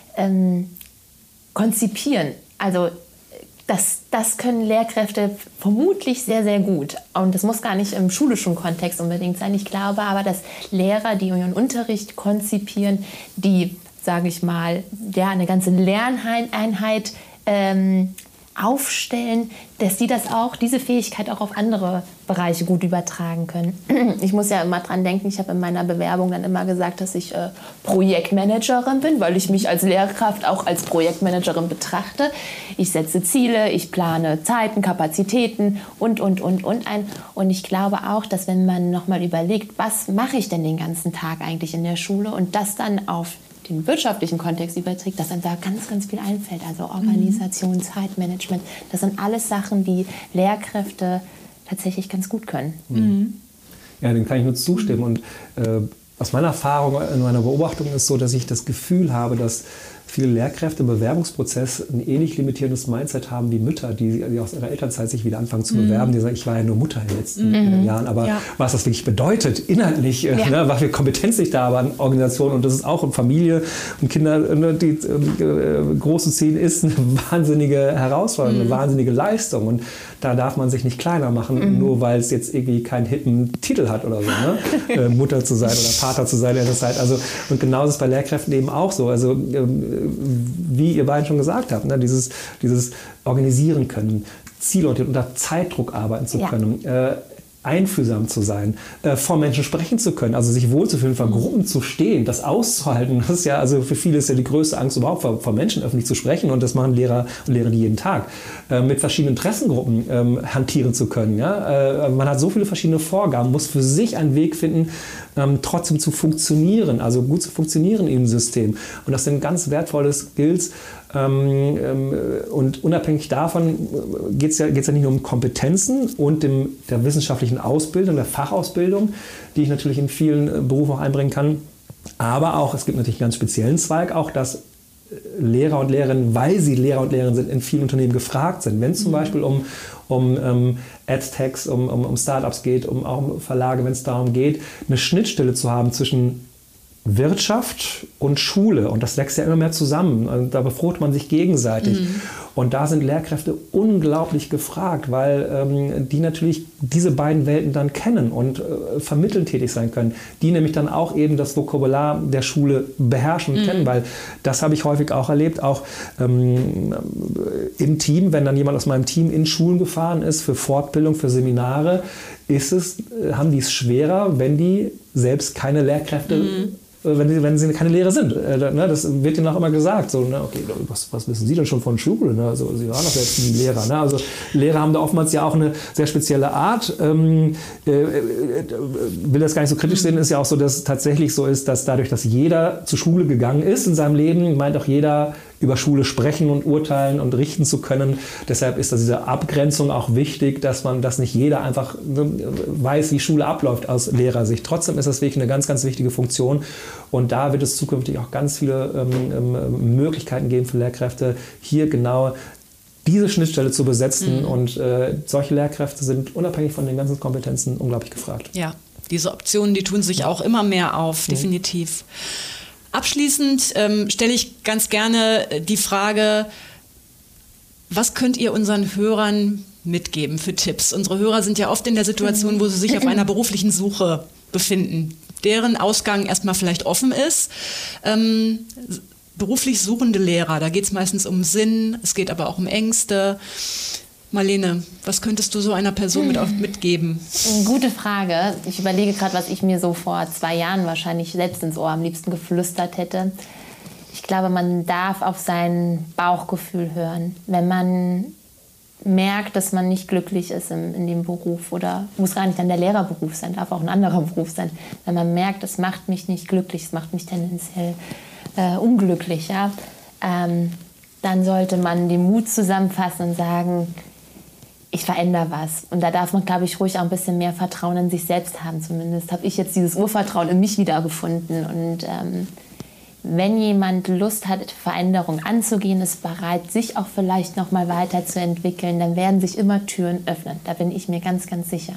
Speaker 3: konzipieren. Also das können Lehrkräfte vermutlich sehr, sehr gut. Und das muss gar nicht im schulischen Kontext unbedingt sein. Ich glaube aber, dass Lehrer, die ihren Unterricht konzipieren, die, sage ich mal, ja, eine ganze Lerneinheit aufstellen, dass die diese Fähigkeit auch auf andere Bereiche gut übertragen können. Ich muss ja immer dran denken, ich habe in meiner Bewerbung dann immer gesagt, dass ich Projektmanagerin bin, weil ich mich als Lehrkraft auch als Projektmanagerin betrachte. Ich setze Ziele, ich plane Zeiten, Kapazitäten und ein. Und ich glaube auch, dass wenn man nochmal überlegt, was mache ich denn den ganzen Tag eigentlich in der Schule und das dann auf den wirtschaftlichen Kontext überträgt, dass einem da ganz, ganz viel einfällt. Also Organisation, Zeitmanagement, das sind alles Sachen, die Lehrkräfte tatsächlich ganz gut können.
Speaker 1: Ja, dem kann ich nur zustimmen. Und aus meiner Erfahrung, in meiner Beobachtung ist so, dass ich das Gefühl habe, dass viele Lehrkräfte im Bewerbungsprozess ein ähnlich limitierendes Mindset haben wie Mütter, die aus ihrer Elternzeit sich wieder anfangen zu bewerben. Die sagen, ich war ja nur Mutter in den letzten Jahren, aber was das wirklich bedeutet, inhaltlich, was für Kompetenz ich da habe an Organisationen, und das ist auch in Familie und Kinder, die große Ziel ist eine wahnsinnige Herausforderung, eine wahnsinnige Leistung, und da darf man sich nicht kleiner machen, nur weil es jetzt irgendwie keinen hippen Titel hat oder so, ne? Mutter zu sein oder Vater zu sein in der Zeit. Also, und genauso ist es bei Lehrkräften eben auch so. Also wie ihr beiden schon gesagt habt, ne? Dieses Organisieren können, zielorientiert, unter Zeitdruck arbeiten zu können, einfühlsam zu sein, vor Menschen sprechen zu können, also sich wohlzufühlen, vor Gruppen zu stehen, das auszuhalten. Das ist ja, also für viele ist ja die größte Angst überhaupt, vor Menschen öffentlich zu sprechen, und das machen Lehrer und Lehrerinnen jeden Tag. Mit verschiedenen Interessengruppen hantieren zu können. Ja? Man hat so viele verschiedene Vorgaben, muss für sich einen Weg finden, trotzdem zu funktionieren, also gut zu funktionieren im System. Und das sind ganz wertvolle Skills. Und unabhängig davon geht es ja nicht nur um Kompetenzen und der wissenschaftlichen Ausbildung, der Fachausbildung, die ich natürlich in vielen Berufen auch einbringen kann. Aber auch, es gibt natürlich einen ganz speziellen Zweig, auch dass Lehrer und Lehrerinnen, weil sie Lehrer und Lehrerinnen sind, in vielen Unternehmen gefragt sind. Wenn es zum Beispiel um AdTechs, um Startups geht, auch um Verlage, wenn es darum geht, eine Schnittstelle zu haben zwischen Wirtschaft und Schule, und das wächst ja immer mehr zusammen. Also da befruchtet man sich gegenseitig. Und da sind Lehrkräfte unglaublich gefragt, weil die natürlich diese beiden Welten dann kennen und vermittelnd tätig sein können. Die nämlich dann auch eben das Vokabular der Schule beherrschen und kennen, weil das habe ich häufig auch erlebt, auch im Team, wenn dann jemand aus meinem Team in Schulen gefahren ist für Fortbildung, für Seminare, haben die es schwerer, wenn die selbst keine Lehrkräfte wenn sie keine Lehrer sind. Das wird ihnen auch immer gesagt. So, okay, was wissen Sie denn schon von Schule? Also, Sie waren doch selbst nie Lehrer. Also Lehrer haben da oftmals ja auch eine sehr spezielle Art. Will das gar nicht so kritisch sehen, ist ja auch so, dass es tatsächlich so ist, dass dadurch, dass jeder zur Schule gegangen ist in seinem Leben, meint auch jeder, über Schule sprechen und urteilen und richten zu können. Deshalb ist diese Abgrenzung auch wichtig, dass nicht jeder einfach weiß, wie Schule abläuft aus Lehrersicht. Trotzdem ist das wirklich eine ganz, ganz wichtige Funktion. Und da wird es zukünftig auch ganz viele Möglichkeiten geben für Lehrkräfte, hier genau diese Schnittstelle zu besetzen. Und solche Lehrkräfte sind unabhängig von den ganzen Kompetenzen unglaublich gefragt.
Speaker 2: Ja, diese Optionen, die tun sich auch immer mehr auf, definitiv. Abschließend stelle ich ganz gerne die Frage, was könnt ihr unseren Hörern mitgeben für Tipps? Unsere Hörer sind ja oft in der Situation, wo sie sich auf einer beruflichen Suche befinden, deren Ausgang erstmal vielleicht offen ist. Beruflich suchende Lehrer, da geht es meistens um Sinn, es geht aber auch um Ängste. Marlene, was könntest du so einer Person mitgeben?
Speaker 3: Gute Frage. Ich überlege gerade, was ich mir so vor 2 Jahren wahrscheinlich selbst ins Ohr am liebsten geflüstert hätte. ich glaube, man darf auf sein Bauchgefühl hören. Wenn man merkt, dass man nicht glücklich ist in dem Beruf, oder muss gar nicht dann der Lehrerberuf sein, darf auch ein anderer Beruf sein. Wenn man merkt, das macht mich nicht glücklich, es macht mich tendenziell unglücklich, ja, dann sollte man den Mut zusammenfassen und sagen, ich verändere was. Und da darf man, glaube ich, ruhig auch ein bisschen mehr Vertrauen in sich selbst haben. Zumindest habe ich jetzt dieses Urvertrauen in mich wiedergefunden. Und wenn jemand Lust hat, Veränderung anzugehen, ist bereit, sich auch vielleicht noch mal weiterzuentwickeln, dann werden sich immer Türen öffnen. Da bin ich mir ganz, ganz sicher.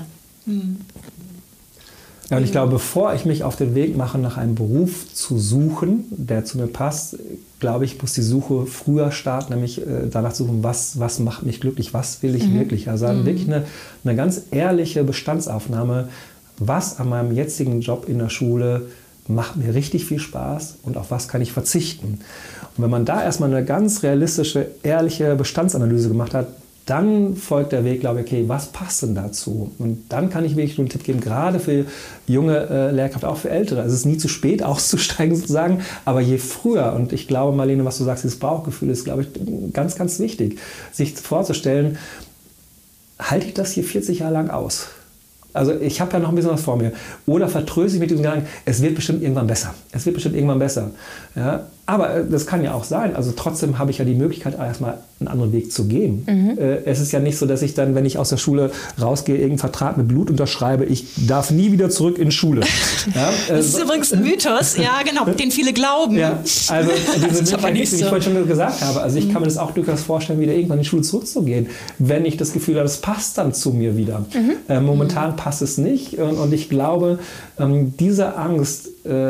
Speaker 1: Ja, und ich glaube, bevor ich mich auf den Weg mache, nach einem Beruf zu suchen, der zu mir passt, glaube ich, muss die Suche früher starten, nämlich danach suchen, was macht mich glücklich, was will ich wirklich. Also wirklich eine ganz ehrliche Bestandsaufnahme, was an meinem jetzigen Job in der Schule macht mir richtig viel Spaß und auf was kann ich verzichten. Und wenn man da erstmal eine ganz realistische, ehrliche Bestandsanalyse gemacht hat, dann folgt der Weg, glaube ich, okay, was passt denn dazu? Und dann kann ich wirklich nur einen Tipp geben, gerade für junge Lehrkräfte, auch für Ältere. Es ist nie zu spät auszusteigen sozusagen, aber je früher, und ich glaube, Marlene, was du sagst, dieses Bauchgefühl ist, glaube ich, ganz, ganz wichtig, sich vorzustellen, halte ich das hier 40 Jahre lang aus? Also ich habe ja noch ein bisschen was vor mir. Oder vertröste ich mit diesem Gedanken, es wird bestimmt irgendwann besser. Es wird bestimmt irgendwann besser. Ja, aber das kann ja auch sein. Also trotzdem habe ich ja die Möglichkeit, erstmal einen anderen Weg zu gehen. Es ist ja nicht so, dass ich dann, wenn ich aus der Schule rausgehe, irgendeinen Vertrag mit Blut unterschreibe, ich darf nie wieder zurück in Schule. Ja,
Speaker 2: das ist übrigens ein Mythos, ja genau, den viele glauben.
Speaker 1: Ja, also diese Möglichkeit, die ich vorhin schon gesagt habe. Also ich kann mir das auch durchaus vorstellen, wieder irgendwann in die Schule zurückzugehen, wenn ich das Gefühl habe, das passt dann zu mir wieder. Momentan passt es nicht und ich glaube, diese Angst,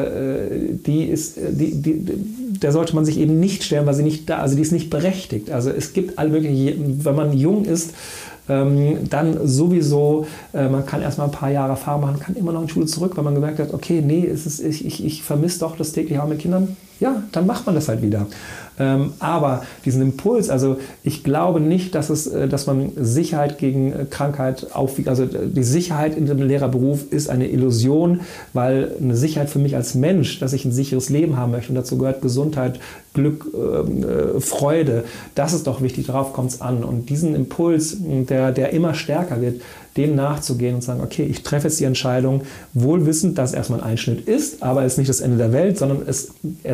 Speaker 1: der sollte man sich eben nicht stellen, weil sie nicht da, also die ist nicht berechtigt. Also es gibt alle möglichen, wenn man jung ist, dann sowieso, man kann erstmal ein paar Jahre Erfahrung machen, kann immer noch in die Schule zurück, weil man gemerkt hat, okay, nee, ich vermisse doch das tägliche Haben mit Kindern. Ja, dann macht man das halt wieder. Aber diesen Impuls, also ich glaube nicht, dass man Sicherheit gegen Krankheit aufwiegt. Also die Sicherheit in dem Lehrerberuf ist eine Illusion, weil eine Sicherheit für mich als Mensch, dass ich ein sicheres Leben haben möchte und dazu gehört Gesundheit, Glück, Freude, das ist doch wichtig, darauf kommt es an. Und diesen Impuls, der immer stärker wird, dem nachzugehen und sagen, okay, ich treffe jetzt die Entscheidung, wohl wissend, dass es erstmal ein Einschnitt ist, aber es ist nicht das Ende der Welt, sondern es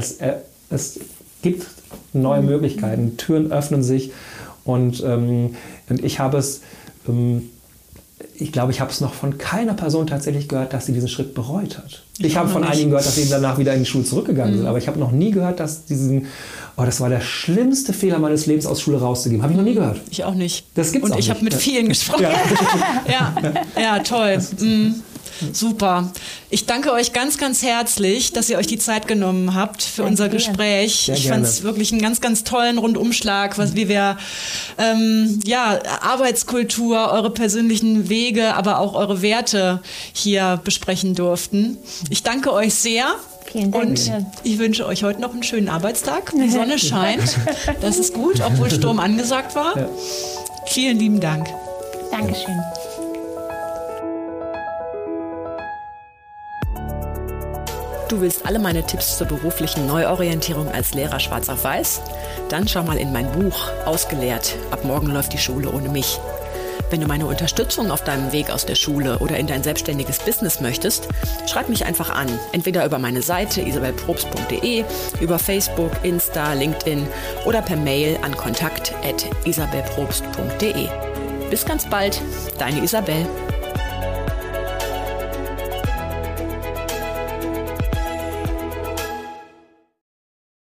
Speaker 1: gibt neue Möglichkeiten, Türen öffnen sich und ich habe es, ich glaube, ich habe es noch von keiner Person tatsächlich gehört, dass sie diesen Schritt bereut hat. Ich habe von einigen gehört, dass sie danach wieder in die Schule zurückgegangen sind, aber ich habe noch nie gehört, dass das war der schlimmste Fehler meines Lebens, aus Schule rauszugehen. Habe ich noch nie gehört.
Speaker 2: Ich auch nicht.
Speaker 1: Das gibt's
Speaker 2: und
Speaker 1: auch
Speaker 2: ich habe mit vielen gesprochen. Ja, toll. Super. Ich danke euch ganz, ganz herzlich, dass ihr euch die Zeit genommen habt für unser Gespräch. Ich fand es wirklich einen ganz, ganz tollen Rundumschlag, wie wir Arbeitskultur, eure persönlichen Wege, aber auch eure Werte hier besprechen durften. Ich danke euch sehr.
Speaker 3: Vielen Dank.
Speaker 2: Und ich wünsche euch heute noch einen schönen Arbeitstag. Die Sonne scheint. Das ist gut, obwohl Sturm angesagt war. Ja. Vielen lieben Dank.
Speaker 3: Dankeschön.
Speaker 2: Du willst alle meine Tipps zur beruflichen Neuorientierung als Lehrer schwarz auf weiß? Dann schau mal in mein Buch Ausgelehrt. Ab morgen läuft die Schule ohne mich. Wenn du meine Unterstützung auf deinem Weg aus der Schule oder in dein selbstständiges Business möchtest, schreib mich einfach an. Entweder über meine Seite isabelprobst.de, über Facebook, Insta, LinkedIn oder per Mail an kontakt@isabelprobst.de. Bis ganz bald, deine Isabel.